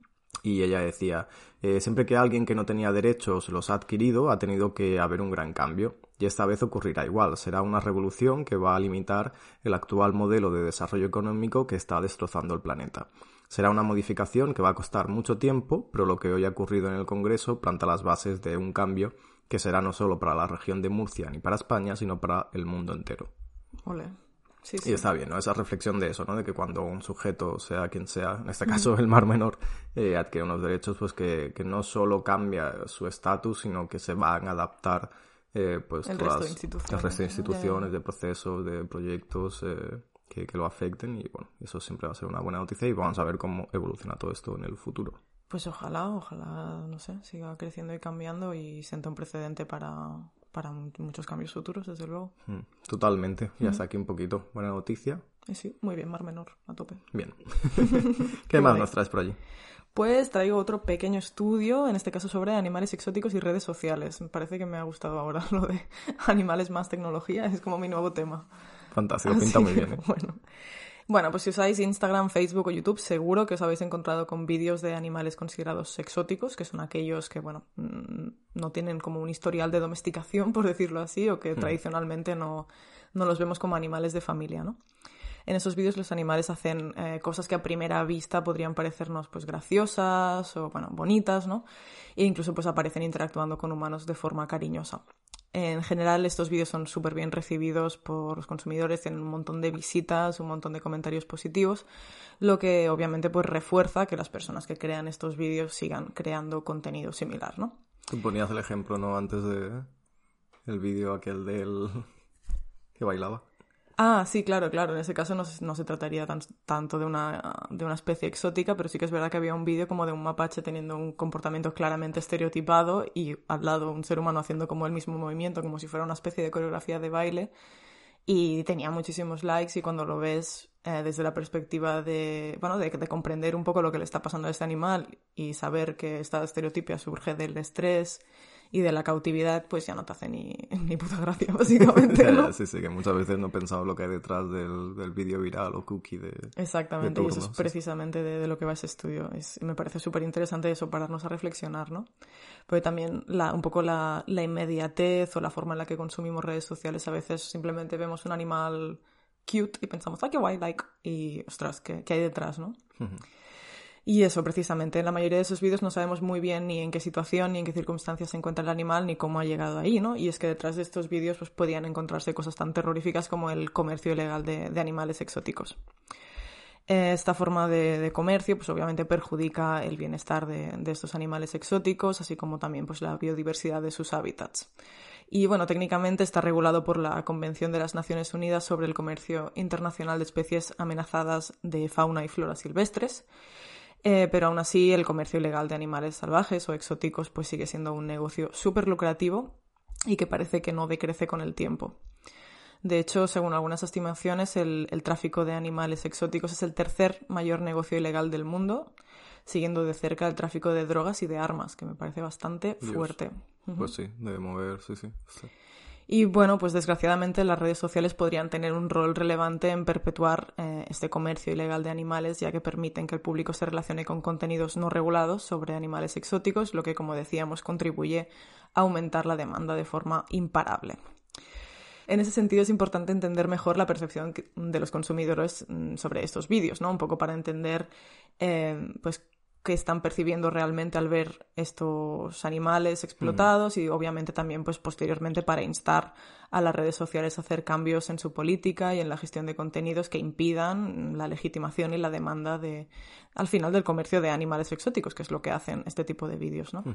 Y ella decía, siempre que alguien que no tenía derechos los ha adquirido, ha tenido que haber un gran cambio. Y esta vez ocurrirá igual. Será una revolución que va a limitar el actual modelo de desarrollo económico que está destrozando el planeta. Será una modificación que va a costar mucho tiempo, pero lo que hoy ha ocurrido en el Congreso planta las bases de un cambio que será no solo para la región de Murcia ni para España, sino para el mundo entero. Ole. Sí. Y está bien, ¿no? Esa reflexión de eso, ¿no? De que cuando un sujeto, sea quien sea, en este caso el Mar Menor, adquiere unos derechos, pues que no solo cambia su estatus, sino que se van a adaptar pues el todas resto de instituciones, de procesos, de proyectos que lo afecten. Y bueno, eso siempre va a ser una buena noticia y vamos a ver cómo evoluciona todo esto en el futuro. Pues ojalá, no sé, siga creciendo y cambiando y sienta un precedente para muchos cambios futuros, desde luego. Totalmente. Y hasta aquí un poquito. Buena noticia. Sí, muy bien, Mar Menor, a tope. Bien. ¿Qué más nos traes por allí? Pues traigo otro pequeño estudio, en este caso sobre animales exóticos y redes sociales. Me parece que me ha gustado ahora lo de animales más tecnología, es como mi nuevo tema. Fantástico, pinta muy bien, ¿eh? Bueno, pues si usáis Instagram, Facebook o YouTube, seguro que os habéis encontrado con vídeos de animales considerados exóticos, que son aquellos que, bueno, no tienen como un historial de domesticación, por decirlo así, o que tradicionalmente no los vemos como animales de familia, ¿no? En esos vídeos los animales hacen cosas que a primera vista podrían parecernos pues graciosas o, bueno, bonitas, ¿no? E incluso pues aparecen interactuando con humanos de forma cariñosa. En general estos vídeos son súper bien recibidos por los consumidores, tienen un montón de visitas, un montón de comentarios positivos, lo que obviamente pues refuerza que las personas que crean estos vídeos sigan creando contenido similar, ¿no? Tú ponías el ejemplo, ¿no? Antes de el vídeo aquel del que bailaba. Ah, sí, claro. En ese caso no se trataría tanto de una especie exótica, pero sí que es verdad que había un vídeo como de un mapache teniendo un comportamiento claramente estereotipado y al lado un ser humano haciendo como el mismo movimiento, como si fuera una especie de coreografía de baile, y tenía muchísimos likes, y cuando lo ves desde la perspectiva de comprender un poco lo que le está pasando a este animal y saber que esta estereotipia surge del estrés y de la cautividad, pues ya no te hace ni puta gracia, básicamente, ¿no? Sí, que muchas veces no he pensado lo que hay detrás del vídeo viral o cookie de Exactamente, de y eso es precisamente de lo que va ese estudio. Me parece súper interesante eso, pararnos a reflexionar, ¿no? Porque también un poco la inmediatez o la forma en la que consumimos redes sociales, a veces simplemente vemos un animal cute y pensamos, ¡ay, qué guay! Y, ostras, ¿qué hay detrás, no? Y eso, precisamente, en la mayoría de esos vídeos no sabemos muy bien ni en qué situación, ni en qué circunstancias se encuentra el animal, ni cómo ha llegado ahí, ¿no? Y es que detrás de estos vídeos pues podían encontrarse cosas tan terroríficas como el comercio ilegal de animales exóticos. Esta forma de comercio pues obviamente perjudica el bienestar de estos animales exóticos, así como también pues la biodiversidad de sus hábitats. Y bueno, técnicamente está regulado por la Convención de las Naciones Unidas sobre el Comercio Internacional de Especies Amenazadas de Fauna y Flora Silvestres. Pero aún así el comercio ilegal de animales salvajes o exóticos pues sigue siendo un negocio súper lucrativo y que parece que no decrece con el tiempo. De hecho, según algunas estimaciones, el tráfico de animales exóticos es el tercer mayor negocio ilegal del mundo, siguiendo de cerca el tráfico de drogas y de armas, que me parece bastante fuerte. Pues sí, debe mover, sí. Y bueno, pues desgraciadamente las redes sociales podrían tener un rol relevante en perpetuar este comercio ilegal de animales, ya que permiten que el público se relacione con contenidos no regulados sobre animales exóticos, lo que, como decíamos, contribuye a aumentar la demanda de forma imparable. En ese sentido es importante entender mejor la percepción de los consumidores sobre estos vídeos, ¿no? Un poco para entender pues qué están percibiendo realmente al ver estos animales explotados y obviamente también pues posteriormente para instar a las redes sociales a hacer cambios en su política y en la gestión de contenidos que impidan la legitimación y la demanda al final del comercio de animales exóticos, que es lo que hacen este tipo de vídeos, ¿no?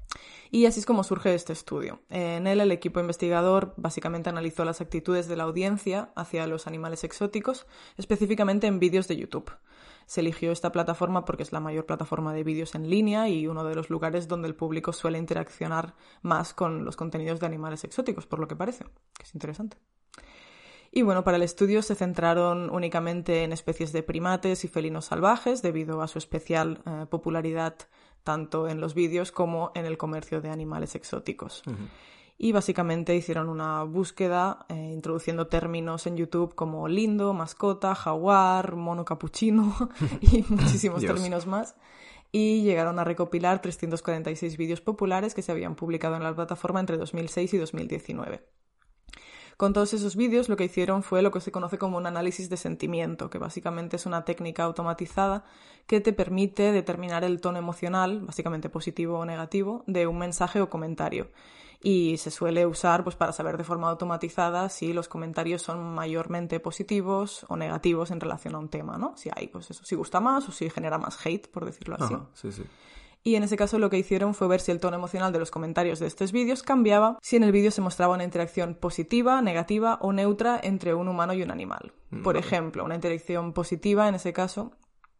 Y así es como surge este estudio. En él, el equipo investigador básicamente analizó las actitudes de la audiencia hacia los animales exóticos, específicamente en vídeos de YouTube. Se eligió esta plataforma porque es la mayor plataforma de vídeos en línea y uno de los lugares donde el público suele interaccionar más con los contenidos de animales exóticos, por lo que parece, que es interesante. Y bueno, para el estudio se centraron únicamente en especies de primates y felinos salvajes debido a su especial popularidad tanto en los vídeos como en el comercio de animales exóticos. Y básicamente hicieron una búsqueda introduciendo términos en YouTube como lindo, mascota, jaguar, mono capuchino y muchísimos términos más. Y llegaron a recopilar 346 vídeos populares que se habían publicado en la plataforma entre 2006 y 2019. Con todos esos vídeos lo que hicieron fue lo que se conoce como un análisis de sentimiento, que básicamente es una técnica automatizada que te permite determinar el tono emocional, básicamente positivo o negativo, de un mensaje o comentario. Y se suele usar pues, para saber de forma automatizada si los comentarios son mayormente positivos o negativos en relación a un tema, ¿no? Si hay, pues eso, si gusta más o si genera más hate, por decirlo así. Ajá, sí. Y en ese caso lo que hicieron fue ver si el tono emocional de los comentarios de estos vídeos cambiaba, si en el vídeo se mostraba una interacción positiva, negativa o neutra entre un humano y un animal. Por ejemplo, una interacción positiva en ese caso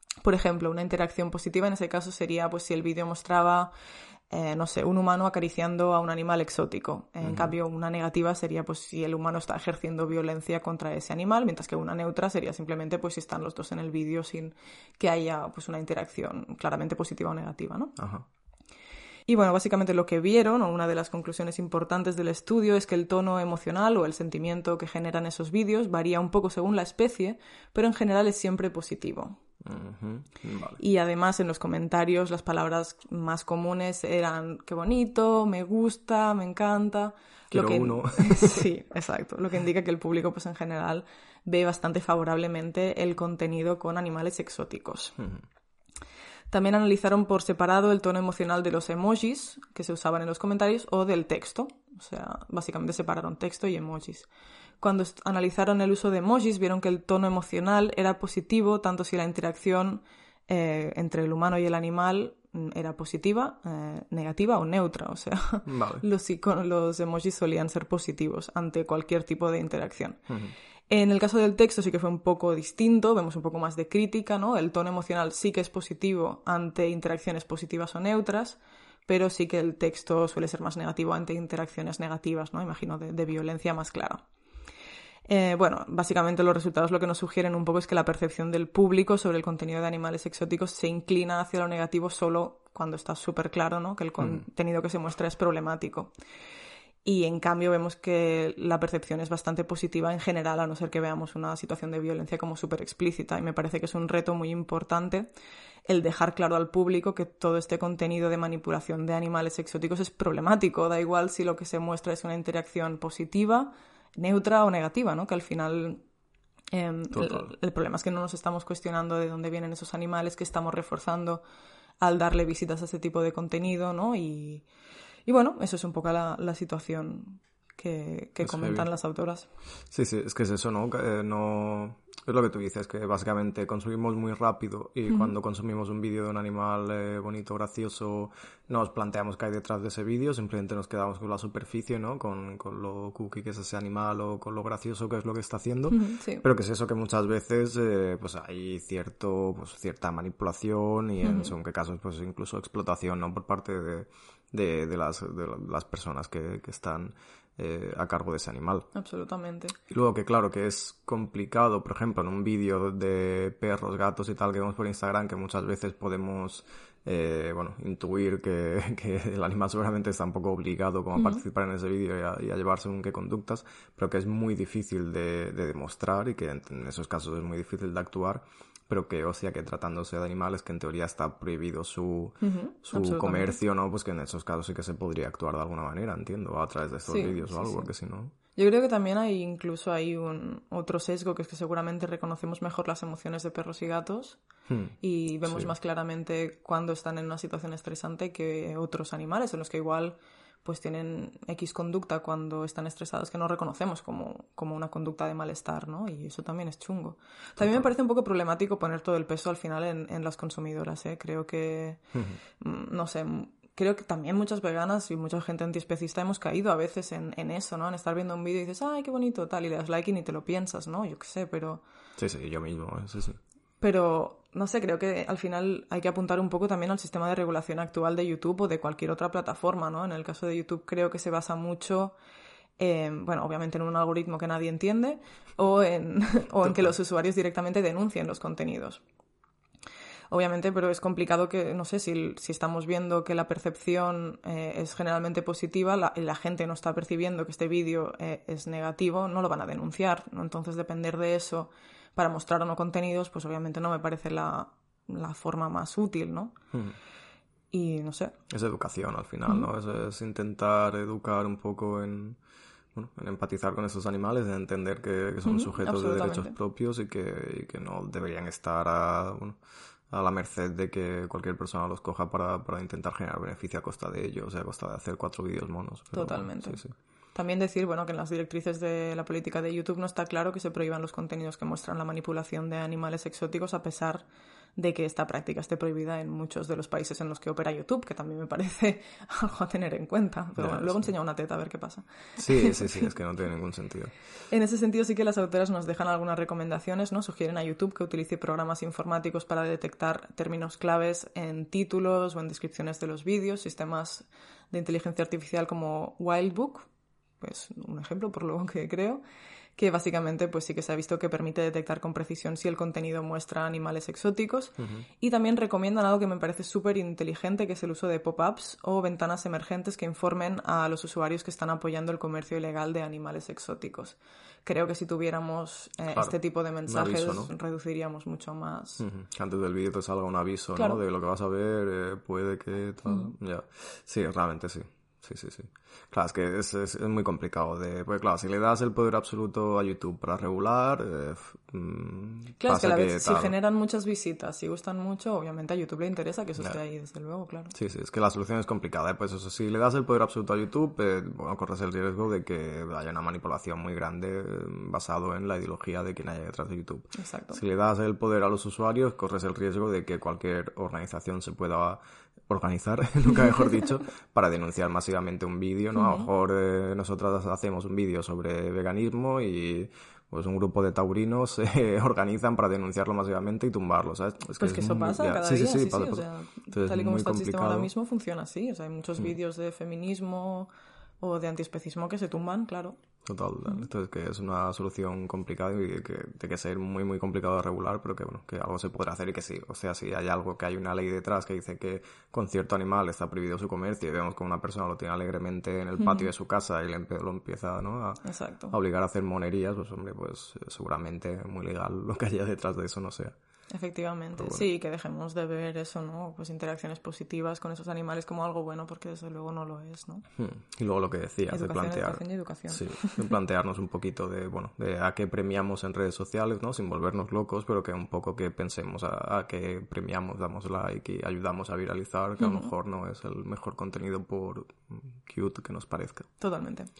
sería pues si el vídeo mostraba un humano acariciando a un animal exótico. En cambio, una negativa sería pues si el humano está ejerciendo violencia contra ese animal, mientras que una neutra sería simplemente pues si están los dos en el vídeo sin que haya pues una interacción claramente positiva o negativa, ¿no? Ajá. Y bueno, básicamente lo que vieron, o una de las conclusiones importantes del estudio, es que el tono emocional o el sentimiento que generan esos vídeos varía un poco según la especie, pero en general es siempre positivo. Vale. Y además en los comentarios las palabras más comunes eran qué bonito, me gusta, me encanta. Uno. Sí, exacto. Lo que indica que el público pues en general ve bastante favorablemente el contenido con animales exóticos. También analizaron por separado el tono emocional de los emojis que se usaban en los comentarios o del texto. O sea, básicamente separaron texto y emojis. Cuando analizaron el uso de emojis, vieron que el tono emocional era positivo tanto si la interacción entre el humano y el animal era positiva, negativa o neutra. O sea, vale. los emojis solían ser positivos ante cualquier tipo de interacción. En el caso del texto sí que fue un poco distinto, vemos un poco más de crítica, ¿no? El tono emocional sí que es positivo ante interacciones positivas o neutras, pero sí que el texto suele ser más negativo ante interacciones negativas, ¿no? Imagino de violencia más clara. Bueno, básicamente los resultados lo que nos sugieren un poco es que la percepción del público sobre el contenido de animales exóticos se inclina hacia lo negativo solo cuando está súper claro, ¿no? Que el contenido que se muestra es problemático. Y en cambio vemos que la percepción es bastante positiva en general, a no ser que veamos una situación de violencia como súper explícita. Y me parece que es un reto muy importante el dejar claro al público que todo este contenido de manipulación de animales exóticos es problemático. Da igual si lo que se muestra es una interacción positiva, neutra o negativa, ¿no? Que al final el problema es que no nos estamos cuestionando de dónde vienen esos animales que estamos reforzando al darle visitas a este tipo de contenido, ¿no? Y bueno, eso es un poco la situación que comentan las autoras. Sí, es que es eso, ¿no? No... Es lo que tú dices, que básicamente consumimos muy rápido y cuando consumimos un vídeo de un animal bonito, gracioso, nos planteamos qué hay detrás de ese vídeo, simplemente nos quedamos con la superficie, ¿no? Con lo cookie que es ese animal o con lo gracioso que es lo que está haciendo. Sí. Pero que es eso que muchas veces pues hay cierta manipulación y en según qué casos pues incluso explotación, ¿no? Por parte de las personas que están a cargo de ese animal. Absolutamente. Y luego que claro que es complicado, por ejemplo, en un vídeo de perros, gatos y tal que vemos por Instagram, que muchas veces podemos intuir que el animal seguramente está un poco obligado como a participar en ese vídeo y a llevar según qué conductas, pero que es muy difícil de demostrar y que en esos casos es muy difícil de actuar, pero que, o sea, que tratándose de animales que en teoría está prohibido su comercio, ¿no? Pues que en esos casos sí que se podría actuar de alguna manera, entiendo, a través de estos vídeos o algo, porque si no... Yo creo que también hay otro sesgo, que es que seguramente reconocemos mejor las emociones de perros y gatos y vemos más claramente cuando están en una situación estresante que otros animales, en los que igual pues tienen X conducta cuando están estresados que no reconocemos como una conducta de malestar, ¿no? Y eso también es chungo. También me parece un poco problemático poner todo el peso al final en las consumidoras, ¿eh? Creo que, no sé... Creo que también muchas veganas y mucha gente antiespecista hemos caído a veces en eso, ¿no? En estar viendo un vídeo y dices, ¡ay, qué bonito! Tal, y le das like y ni te lo piensas, ¿no? Yo qué sé, pero... Sí, yo mismo, sí. Pero, no sé, creo que al final hay que apuntar un poco también al sistema de regulación actual de YouTube o de cualquier otra plataforma, ¿no? En el caso de YouTube creo que se basa mucho... obviamente en un algoritmo que nadie entiende o en que los usuarios directamente denuncien los contenidos. Obviamente, pero es complicado que, no sé, si estamos viendo que la percepción es generalmente positiva, la gente no está percibiendo que este vídeo es negativo, no lo van a denunciar, ¿no? Entonces, depender de eso para mostrar o no contenidos, pues obviamente no me parece la forma más útil, ¿no? Y no sé. Es educación al final, ¿no? Es intentar educar un poco en empatizar con esos animales, en entender que son sujetos de derechos propios y que no deberían estar a la merced de que cualquier persona los coja para intentar generar beneficio a costa de ellos, o sea, a costa de hacer 4 vídeos monos. Pero, totalmente. Sí. También decir, que en las directrices de la política de YouTube no está claro que se prohíban los contenidos que muestran la manipulación de animales exóticos, a pesar de que esta práctica esté prohibida en muchos de los países en los que opera YouTube, que también me parece algo a tener en cuenta. Pero luego enseña una teta a ver qué pasa. Sí, es que no tiene ningún sentido. En ese sentido sí que las autoras nos dejan algunas recomendaciones, ¿no? Sugieren a YouTube que utilice programas informáticos para detectar términos claves en títulos o en descripciones de los vídeos, sistemas de inteligencia artificial como Wildbook, pues un ejemplo por lo que creo, que básicamente pues sí que se ha visto que permite detectar con precisión si el contenido muestra animales exóticos. Y también recomiendan algo que me parece súper inteligente, que es el uso de pop-ups o ventanas emergentes que informen a los usuarios que están apoyando el comercio ilegal de animales exóticos. Creo que si tuviéramos este tipo de mensajes, aviso, ¿no? Reduciríamos mucho más. Que antes del vídeo te salga un aviso, claro, ¿no? De lo que vas a ver, puede que tal. Ya. Sí, realmente sí. Sí. Claro, es que es muy complicado pues claro, si le das el poder absoluto a YouTube para regular, claro, es que a la vez si generan muchas visitas, si gustan mucho, obviamente a YouTube le interesa que eso esté ahí, desde luego, claro. Sí, es que la solución es complicada, pues eso, si le das el poder absoluto a YouTube, corres el riesgo de que haya una manipulación muy grande basado en la ideología de quien haya detrás de YouTube. Exacto. Si le das el poder a los usuarios, corres el riesgo de que cualquier organización se pueda organizar, nunca mejor dicho, para denunciar masivamente un vídeo, ¿no? A lo mejor nosotras hacemos un vídeo sobre veganismo y pues un grupo de taurinos se organizan para denunciarlo masivamente y tumbarlo, ¿sabes? Es que eso pasa cada día, sí, pasa. O sea, tal y como está el sistema ahora mismo funciona así, o sea, hay muchos vídeos de feminismo o de antiespecismo que se tumban, claro. Total, entonces que es una solución complicada y que tiene que ser muy muy complicado de regular, pero que algo se podrá hacer y que sí, o sea, si hay algo, que hay una ley detrás que dice que con cierto animal está prohibido su comercio y vemos que una persona lo tiene alegremente en el patio de su casa y lo empieza, ¿no? a obligar a hacer monerías, pues hombre, pues seguramente muy legal lo que haya detrás de eso no sea. Efectivamente, bueno. Sí, que dejemos de ver eso, ¿no? Pues interacciones positivas con esos animales como algo bueno, porque desde luego no lo es, ¿no? Y luego lo que decías, educación. Sí, de plantearnos un poquito de a qué premiamos en redes sociales, ¿no? Sin volvernos locos, pero que un poco que pensemos a qué premiamos, damos like y ayudamos a viralizar, que a lo mejor no es el mejor contenido por cute que nos parezca. Totalmente.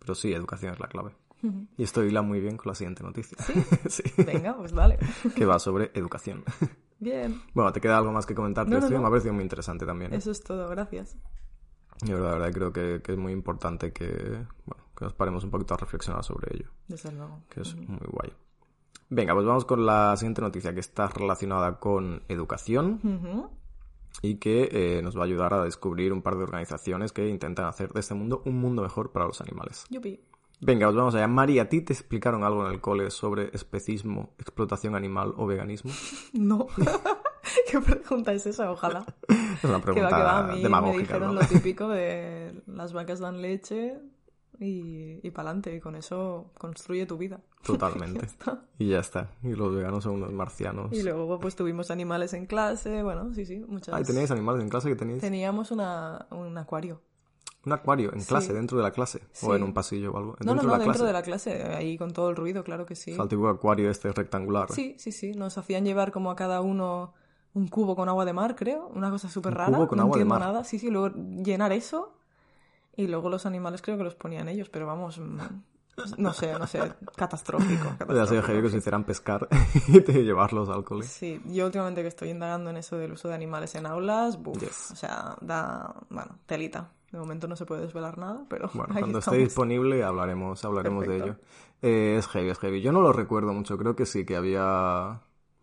Pero sí, educación es la clave. Y esto hila muy bien con la siguiente noticia. ¿Sí? Sí. Venga, pues dale. Que va sobre educación. Bien. Bueno, ¿te queda algo más que comentar? No. Me ha parecido muy interesante también. Eso es todo, gracias. Yo la verdad creo que es muy importante que nos paremos un poquito a reflexionar sobre ello. Desde luego. Que es muy guay. Venga, pues vamos con la siguiente noticia, que está relacionada con educación y que nos va a ayudar a descubrir un par de organizaciones que intentan hacer de este mundo un mundo mejor para los animales. Yupi. Venga, pues vamos allá. María, ¿a ti te explicaron algo en el cole sobre especismo, explotación animal o veganismo? No. ¿Qué pregunta es esa? Ojalá. Es una pregunta que va. A mí demagógica, me dijeron, ¿no? lo típico de las vacas dan leche y pa'lante. Y con eso construye tu vida. Totalmente. Y ya está. Y los veganos son unos marcianos. Y luego pues tuvimos animales en clase. Bueno, sí, muchas. Ah, ¿y teníais animales en clase? ¿Qué teníais? Teníamos un acuario. ¿Un acuario en clase, Sí. dentro de la clase? Sí. ¿O en un pasillo o algo? No, dentro clase. de la clase. Ahí con todo el ruido, claro que sí. O sea, el tipo de acuario este rectangular. Sí. Nos hacían llevar como a cada uno un cubo con agua de mar, creo. Una cosa súper rara. cubo con no agua de entiendo mar. nada. Sí, luego llenar eso. Y luego los animales creo que los ponían ellos. Pero vamos, no sé, catastrófico. Ya sé, heavy que se hicieran pescar y llevarlos al cole. Sí, yo últimamente que estoy indagando en eso del uso de animales en aulas, Yes. o sea, telita. De momento no se puede desvelar nada, pero Bueno, ahí cuando esté estamos. disponible hablaremos de Perfecto. ello. Es heavy. Yo no lo recuerdo mucho. Creo que sí, que había...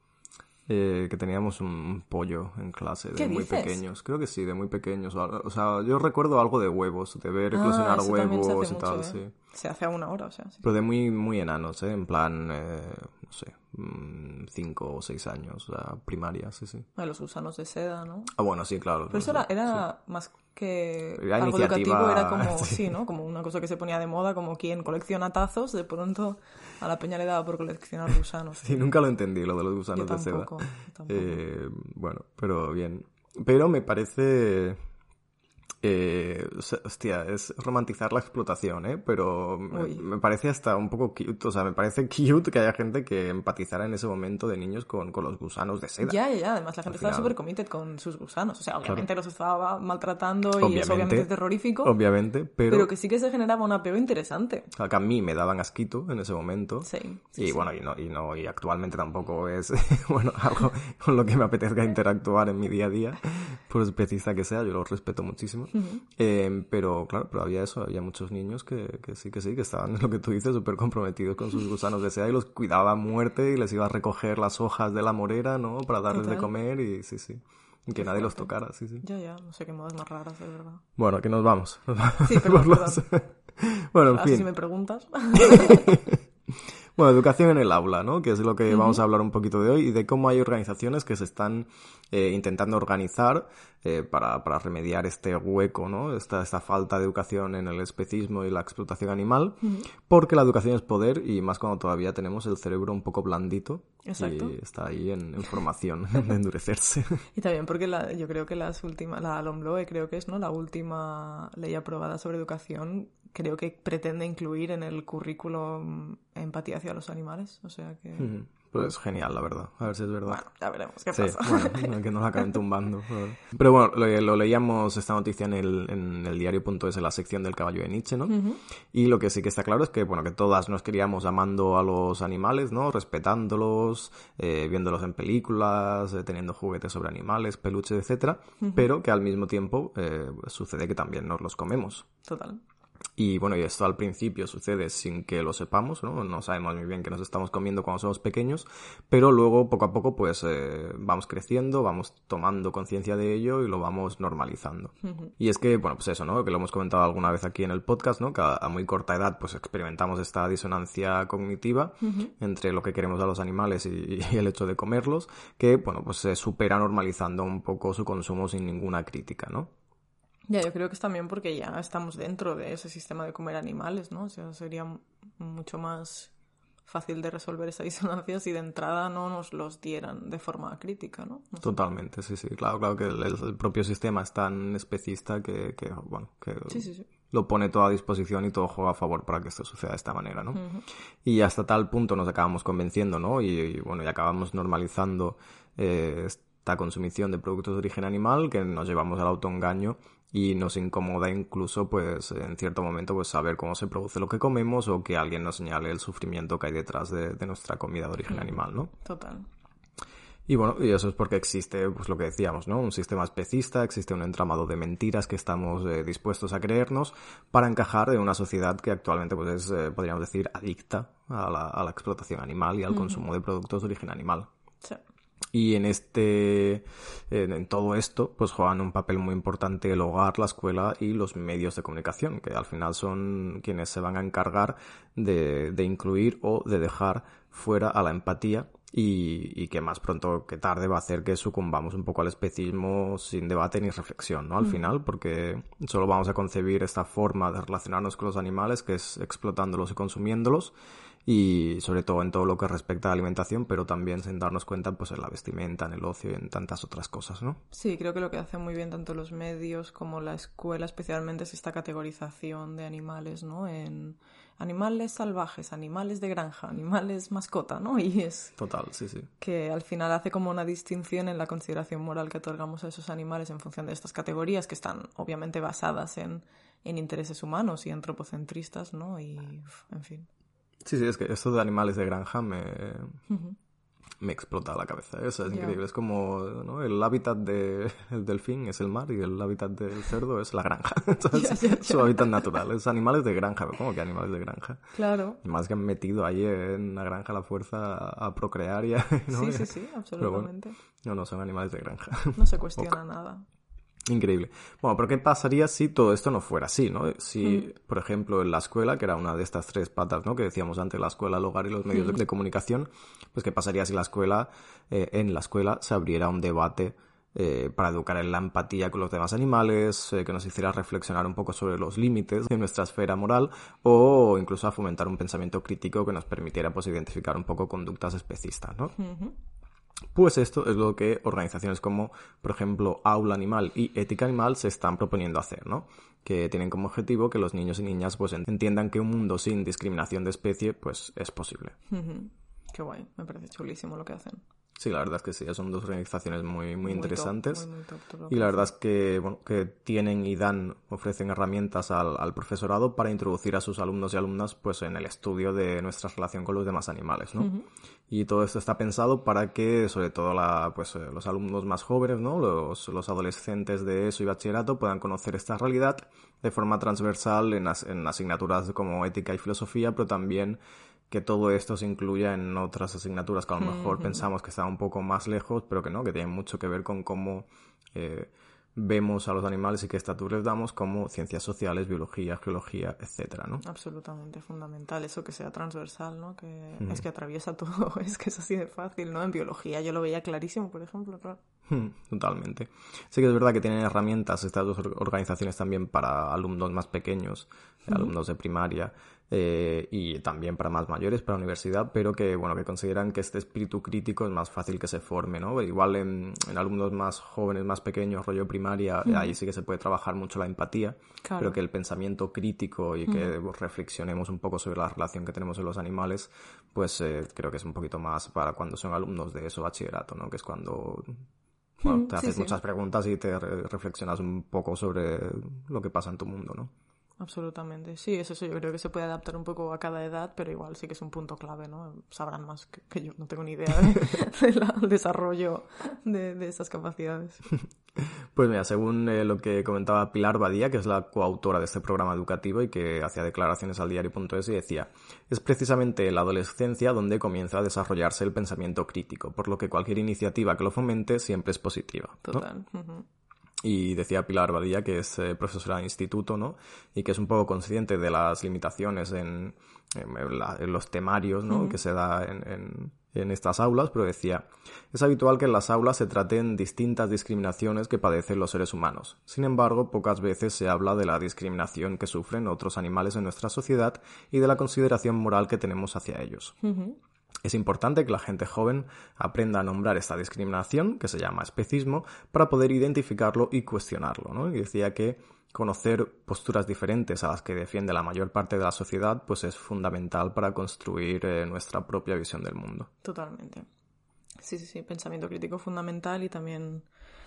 que teníamos un pollo en clase de ¿Qué muy dices? pequeños. Creo que sí, de muy pequeños. O sea, yo recuerdo algo de huevos, de ver eclosionar eso también se huevos hace y tal, mucho, sí. Se hace aún ahora, o sea, sí. Pero de muy, muy enanos, en plan, no sé, 5 o 6 años, o sea, primaria, sí. Los gusanos de seda, ¿no? Ah, bueno, sí, claro. Pero eso era más que Era algo iniciativa, educativo, era como, sí. sí, ¿no? Como una cosa que se ponía de moda, como quien colecciona tazos, de pronto a la peña le daba por coleccionar gusanos. Sí, nunca lo entendí, lo de los gusanos Yo de seda. tampoco. Bueno, pero bien. Pero me parece... hostia, es romantizar la explotación, pero me parece hasta un poco cute. O sea, me parece cute que haya gente que empatizara en ese momento de niños con los gusanos de seda. Ya. Además, la gente estaba súper committed con sus gusanos. O sea, obviamente los estaba maltratando y eso obviamente es terrorífico. Obviamente, pero que sí que se generaba un apego interesante. O sea, que a mí me daban asquito en ese momento. Sí. Bueno, y actualmente tampoco es bueno, algo con lo que me apetezca interactuar en mi día a día, por especista que sea, yo lo respeto muchísimo. Pero claro, había muchos niños que sí, que estaban, lo que tú dices, súper comprometidos con sus gusanos de seda y los cuidaba a muerte y les iba a recoger las hojas de la morera, ¿no? Para darles de comer y sí. Y que nadie los tocara, sí. Ya, no sé qué modas más raras, de verdad. Bueno, que nos vamos. Sí, perdón. Bueno, en Así fin. si me preguntas. Bueno, educación en el aula, ¿no? Que es lo que vamos a hablar un poquito de hoy y de cómo hay organizaciones que se están intentando organizar para remediar este hueco, ¿no? Esta falta de educación en el especismo y la explotación animal, porque la educación es poder y más cuando todavía tenemos el cerebro un poco blandito. Exacto. Y está ahí en formación de endurecerse. Y también porque yo creo que la LOMLOE creo que es, ¿no? La última ley aprobada sobre educación creo que pretende incluir en el currículo empatía hacia los animales, o sea que... Pues genial, la verdad. A ver si es verdad. Bueno, ya veremos qué pasa. Bueno, que no la acaben tumbando. Pero bueno, lo leíamos esta noticia en el diario.es, en la sección del caballo de Nietzsche, ¿no? Y lo que sí que está claro es que, bueno, que todas nos queríamos amando a los animales, ¿no? Respetándolos, viéndolos en películas, teniendo juguetes sobre animales, peluches, etcétera, pero que al mismo tiempo sucede que también nos los comemos. Total. Y bueno, y esto al principio sucede sin que lo sepamos, ¿no? No sabemos muy bien qué nos estamos comiendo cuando somos pequeños, pero luego poco a poco pues vamos creciendo, vamos tomando conciencia de ello y lo vamos normalizando. Y es que, bueno, pues eso, ¿no? Que lo hemos comentado alguna vez aquí en el podcast, ¿no? Que a muy corta edad pues experimentamos esta disonancia cognitiva entre lo que queremos a los animales y el hecho de comerlos, que, bueno, pues se supera normalizando un poco su consumo sin ninguna crítica, ¿no? Ya, yo creo que es también porque ya estamos dentro de ese sistema de comer animales, ¿no? O sea, sería mucho más fácil de resolver esa disonancia si de entrada no nos los dieran de forma crítica, ¿no? No sé. Totalmente, sí. Claro que el propio sistema es tan especista que Sí. lo pone todo a disposición y todo juega a favor para que esto suceda de esta manera, ¿no? Y hasta tal punto nos acabamos convenciendo, ¿no? Y acabamos normalizando esta consumición de productos de origen animal que nos llevamos al autoengaño y nos incomoda incluso, pues, en cierto momento, pues, saber cómo se produce lo que comemos o que alguien nos señale el sufrimiento que hay detrás de nuestra comida de origen animal, ¿no? Total. Y bueno, y eso es porque existe, pues lo que decíamos, ¿no? Un sistema especista, existe un entramado de mentiras que estamos dispuestos a creernos para encajar en una sociedad que actualmente, pues es, podríamos decir, adicta a la explotación animal y al consumo de productos de origen animal. Sí. Y en todo esto, pues juegan un papel muy importante el hogar, la escuela y los medios de comunicación, que al final son quienes se van a encargar de incluir o de dejar fuera a la empatía y que más pronto que tarde va a hacer que sucumbamos un poco al especismo sin debate ni reflexión, ¿no? Al final, porque solo vamos a concebir esta forma de relacionarnos con los animales, que es explotándolos y consumiéndolos, y sobre todo en todo lo que respecta a la alimentación, pero también sin darnos cuenta pues en la vestimenta, en el ocio y en tantas otras cosas, ¿no? Sí, creo que lo que hacen muy bien tanto los medios como la escuela especialmente es esta categorización de animales, ¿no? En animales salvajes, animales de granja, animales mascota, ¿no? Y es... Total, sí. Que al final hace como una distinción en la consideración moral que otorgamos a esos animales en función de estas categorías que están obviamente basadas en intereses humanos y antropocentristas, ¿no? Y, en fin... Sí, es que esto de animales de granja me explota la cabeza. Eso es increíble. Es como, ¿no? El hábitat del delfín es el mar y el hábitat del cerdo es la granja. Entonces, su hábitat natural. Es animales de granja. ¿Cómo que animales de granja? Claro. Y más que han metido ahí en una granja a la fuerza a procrear ya, ¿no? Sí, absolutamente. Bueno, no, son animales de granja. No se cuestiona nada. Increíble. Bueno, pero ¿qué pasaría si todo esto no fuera así, ¿no? Si, por ejemplo, en la escuela, que era una de estas tres patas, ¿no? Que decíamos antes, la escuela, el hogar y los medios de comunicación, pues ¿qué pasaría si en la escuela se abriera un debate para educar en la empatía con los demás animales, que nos hiciera reflexionar un poco sobre los límites de nuestra esfera moral o incluso a fomentar un pensamiento crítico que nos permitiera, pues, identificar un poco conductas especistas, ¿no? Pues esto es lo que organizaciones como, por ejemplo, Aula Animal y Ética Animal se están proponiendo hacer, ¿no? Que tienen como objetivo que los niños y niñas pues entiendan que un mundo sin discriminación de especie pues es posible. Qué guay, me parece chulísimo lo que hacen. Sí, la verdad es que sí, son dos organizaciones muy interesantes. Muy top, y la verdad es que, bueno, que tienen y ofrecen herramientas al profesorado para introducir a sus alumnos y alumnas pues en el estudio de nuestra relación con los demás animales, ¿no? Y todo esto está pensado para que, sobre todo, los alumnos más jóvenes, ¿no? Los adolescentes de ESO y bachillerato puedan conocer esta realidad de forma transversal en asignaturas como ética y filosofía, pero también que todo esto se incluya en otras asignaturas que a lo mejor pensamos que están un poco más lejos, pero que no, que tienen mucho que ver con cómo vemos a los animales y qué estatus les damos, como ciencias sociales, biología, geología, etcétera, ¿no? Absolutamente fundamental eso, que sea transversal, ¿no? Que es que atraviesa todo, es que es así de fácil, ¿no? En biología yo lo veía clarísimo, por ejemplo, claro. Totalmente. Sí que es verdad que tienen herramientas estas dos organizaciones también para alumnos más pequeños, alumnos de primaria, y también para más mayores, para universidad, pero que, bueno, que consideran que este espíritu crítico es más fácil que se forme, ¿no? Igual en alumnos más jóvenes, más pequeños, rollo primaria, ahí sí que se puede trabajar mucho la empatía, claro. Pero que el pensamiento crítico y que reflexionemos un poco sobre la relación que tenemos en los animales, pues creo que es un poquito más para cuando son alumnos de eso, bachillerato, ¿no? Que es cuando... Bueno, te haces muchas preguntas y te reflexionas un poco sobre lo que pasa en tu mundo, ¿no? Absolutamente. Sí, eso yo creo que se puede adaptar un poco a cada edad, pero igual sí que es un punto clave, ¿no? Sabrán más que yo, no tengo ni idea del desarrollo de esas capacidades. Pues mira, según lo que comentaba Pilar Badía, que es la coautora de este programa educativo y que hacía declaraciones al diario.es, y decía: es precisamente en la adolescencia donde comienza a desarrollarse el pensamiento crítico, por lo que cualquier iniciativa que lo fomente siempre es positiva, ¿no? Total. Y decía Pilar Badía, que es profesora de instituto, ¿no? Y que es un poco consciente de las limitaciones en los temarios, ¿no? Que se da en estas aulas, pero decía: es habitual que en las aulas se traten distintas discriminaciones que padecen los seres humanos. Sin embargo, pocas veces se habla de la discriminación que sufren otros animales en nuestra sociedad y de la consideración moral que tenemos hacia ellos. Es importante que la gente joven aprenda a nombrar esta discriminación, que se llama especismo, para poder identificarlo y cuestionarlo, ¿no? Y decía que conocer posturas diferentes a las que defiende la mayor parte de la sociedad pues es fundamental para construir nuestra propia visión del mundo. Totalmente. Sí, pensamiento crítico fundamental y también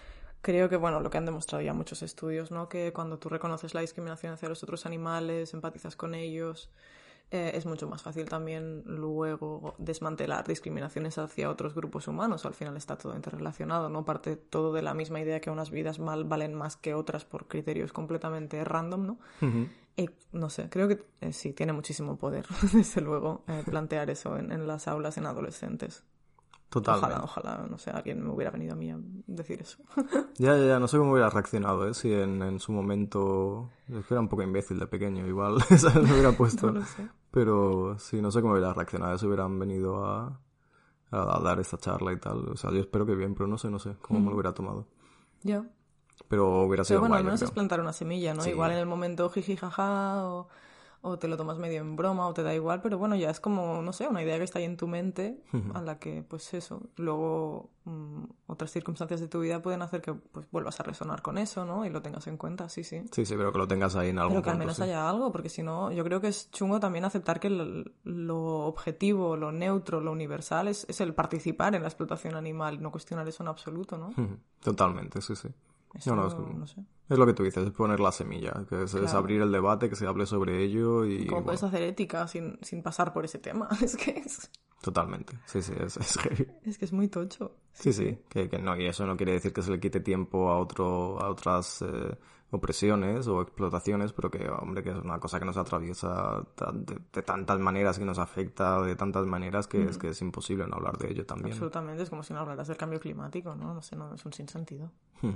creo que, bueno, lo que han demostrado ya muchos estudios, ¿no? Que cuando tú reconoces la discriminación hacia los otros animales, empatizas con ellos, es mucho más fácil también luego desmantelar discriminaciones hacia otros grupos humanos. Al final está todo interrelacionado, ¿no? Parte todo de la misma idea que unas vidas valen más que otras por criterios completamente random, ¿no? Uh-huh. Y no sé, creo que sí, tiene muchísimo poder, desde luego, plantear eso en las aulas en adolescentes. Totalmente. Ojalá, no sé, alguien me hubiera venido a mí a decir eso. Ya, no sé cómo hubiera reaccionado, si en su momento... Es que era un poco imbécil de pequeño, igual, ¿sabes? Me hubiera puesto... No lo sé. Pero sí, no sé cómo hubiera reaccionado si hubieran venido a dar esta charla y tal. O sea, yo espero que bien, pero no sé cómo me lo hubiera tomado. Ya. Pero hubiera sido bueno, guay, al menos creo. es plantar una semilla, ¿no? Sí. Igual en el momento jiji jaja o te lo tomas medio en broma o te da igual, pero bueno, ya es como, no sé, una idea que está ahí en tu mente a la que, pues eso, luego otras circunstancias de tu vida pueden hacer que pues vuelvas a resonar con eso, ¿no? Y lo tengas en cuenta, sí. Sí, pero que lo tengas ahí en algún Pero que al punto, menos sí. haya algo, porque si no, yo creo que es chungo también aceptar que lo objetivo, lo neutro, lo universal es el participar en la explotación animal, no cuestionar eso en absoluto, ¿no? Totalmente, sí. Eso, no sé. Es lo que tú dices, es poner la semilla, que es Claro. abrir el debate, que se hable sobre ello y... ¿Cómo bueno, puedes hacer ética sin pasar por ese tema? Es que es... Totalmente, sí, es heavy. Es que es muy tocho. Sí, que no, y eso no quiere decir que se le quite tiempo a otras opresiones o explotaciones, pero que, hombre, que es una cosa que nos atraviesa de tantas maneras, que nos afecta de tantas maneras, que es que es imposible no hablar de ello también. Absolutamente, es como si no hablaras del cambio climático, ¿no? No sé, no, es un sinsentido.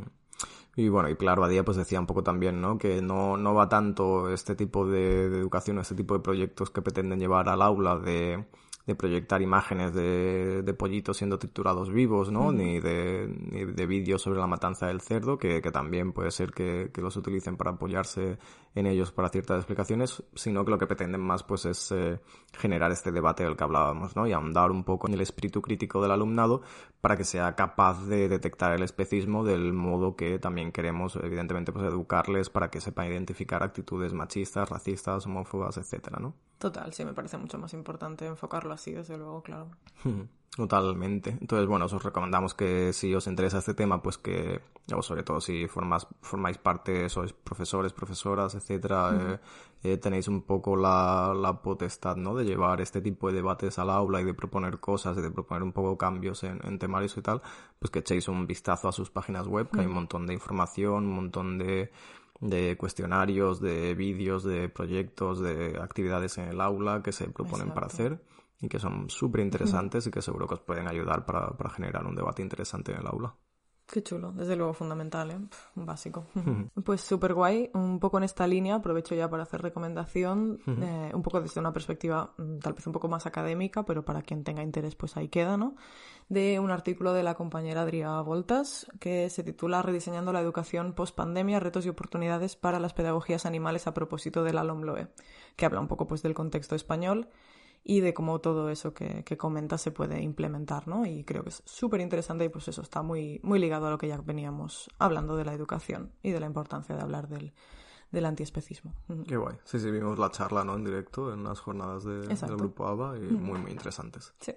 Y bueno, y Pilar Badía pues decía un poco también, ¿no? Que no va tanto este tipo de educación, este tipo de proyectos que pretenden llevar al aula de proyectar imágenes de pollitos siendo triturados vivos, ¿no? Ni de vídeos sobre la matanza del cerdo, que también puede ser que los utilicen para apoyarse en ellos para ciertas explicaciones, sino que lo que pretenden más pues es generar este debate del que hablábamos, ¿no? Y ahondar un poco en el espíritu crítico del alumnado para que sea capaz de detectar el especismo del modo que también queremos, evidentemente, pues educarles para que sepan identificar actitudes machistas, racistas, homófobas, etcétera, ¿no? Total, sí, me parece mucho más importante enfocarlo así, desde luego, claro. Totalmente. Entonces, bueno, os recomendamos que si os interesa este tema, pues que, o sobre todo si formáis parte, sois profesores, profesoras, etcétera, tenéis un poco la potestad, ¿no? De llevar este tipo de debates al aula y de proponer cosas y de proponer un poco cambios en temarios y tal, pues que echéis un vistazo a sus páginas web, que hay un montón de información, un montón de cuestionarios, de vídeos, de proyectos, de actividades en el aula que se proponen para hacer y que son súper interesantes y que seguro que os pueden ayudar para generar un debate interesante en el aula. Qué chulo, desde luego fundamental, ¿eh? Básico. Pues súper guay, un poco en esta línea, aprovecho ya para hacer recomendación, un poco desde una perspectiva tal vez un poco más académica, pero para quien tenga interés pues ahí queda, ¿no? De un artículo de la compañera Adrià Voltas que se titula Rediseñando la educación post-pandemia, retos y oportunidades para las pedagogías animales a propósito de la LOMLOE, que habla un poco pues del contexto español y de cómo todo eso que comenta se puede implementar, ¿no? Y creo que es súper interesante y pues eso está muy, muy ligado a lo que ya veníamos hablando de la educación y de la importancia de hablar del antiespecismo. Qué guay. Sí, vimos la charla, ¿no? En directo en las jornadas del Grupo ABA y muy interesantes. Sí.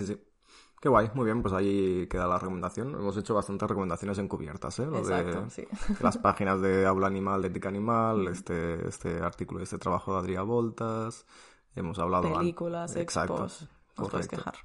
Qué guay, muy bien, pues ahí queda la recomendación. Hemos hecho bastantes recomendaciones encubiertas, ¿eh? Sí. Las páginas de Aula Animal, de Ética Animal, este artículo, este trabajo de Adrià Voltas. Hemos hablado... Películas, expos... No puedes quejar.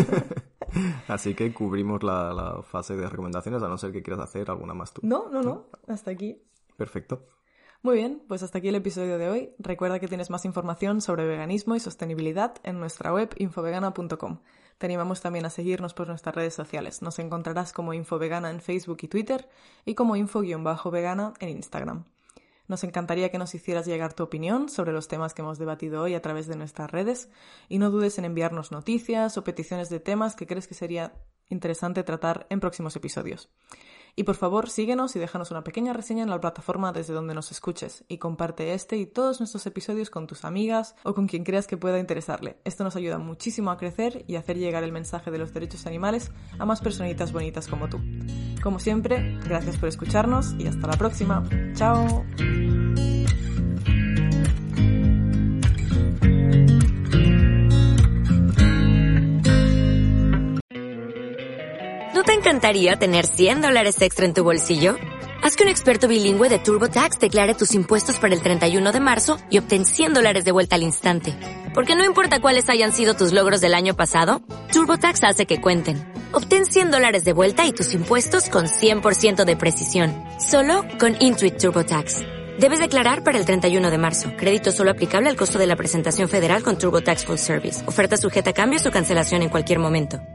Así que cubrimos la fase de recomendaciones, a no ser que quieras hacer alguna más tú. No. Hasta aquí. Perfecto. Muy bien, pues hasta aquí el episodio de hoy. Recuerda que tienes más información sobre veganismo y sostenibilidad en nuestra web infovegana.com. Te animamos también a seguirnos por nuestras redes sociales. Nos encontrarás como Infovegana en Facebook y Twitter y como info-vegana en Instagram. Nos encantaría que nos hicieras llegar tu opinión sobre los temas que hemos debatido hoy a través de nuestras redes y no dudes en enviarnos noticias o peticiones de temas que crees que sería interesante tratar en próximos episodios. Y por favor, síguenos y déjanos una pequeña reseña en la plataforma desde donde nos escuches y comparte este y todos nuestros episodios con tus amigas o con quien creas que pueda interesarle. Esto nos ayuda muchísimo a crecer y a hacer llegar el mensaje de los derechos animales a más personitas bonitas como tú. Como siempre, gracias por escucharnos y hasta la próxima. ¡Chao! encantaría tener $100 extra en tu bolsillo? Haz que un experto bilingüe de TurboTax declare tus impuestos para el 31 de marzo y obtén $100 de vuelta al instante. Porque no importa cuáles hayan sido tus logros del año pasado, TurboTax hace que cuenten. Obtén $100 de vuelta y tus impuestos con 100% de precisión. Solo con Intuit TurboTax. Debes declarar para el 31 de marzo. Crédito solo aplicable al costo de la presentación federal con TurboTax Full Service. Oferta sujeta a cambios o cancelación en cualquier momento.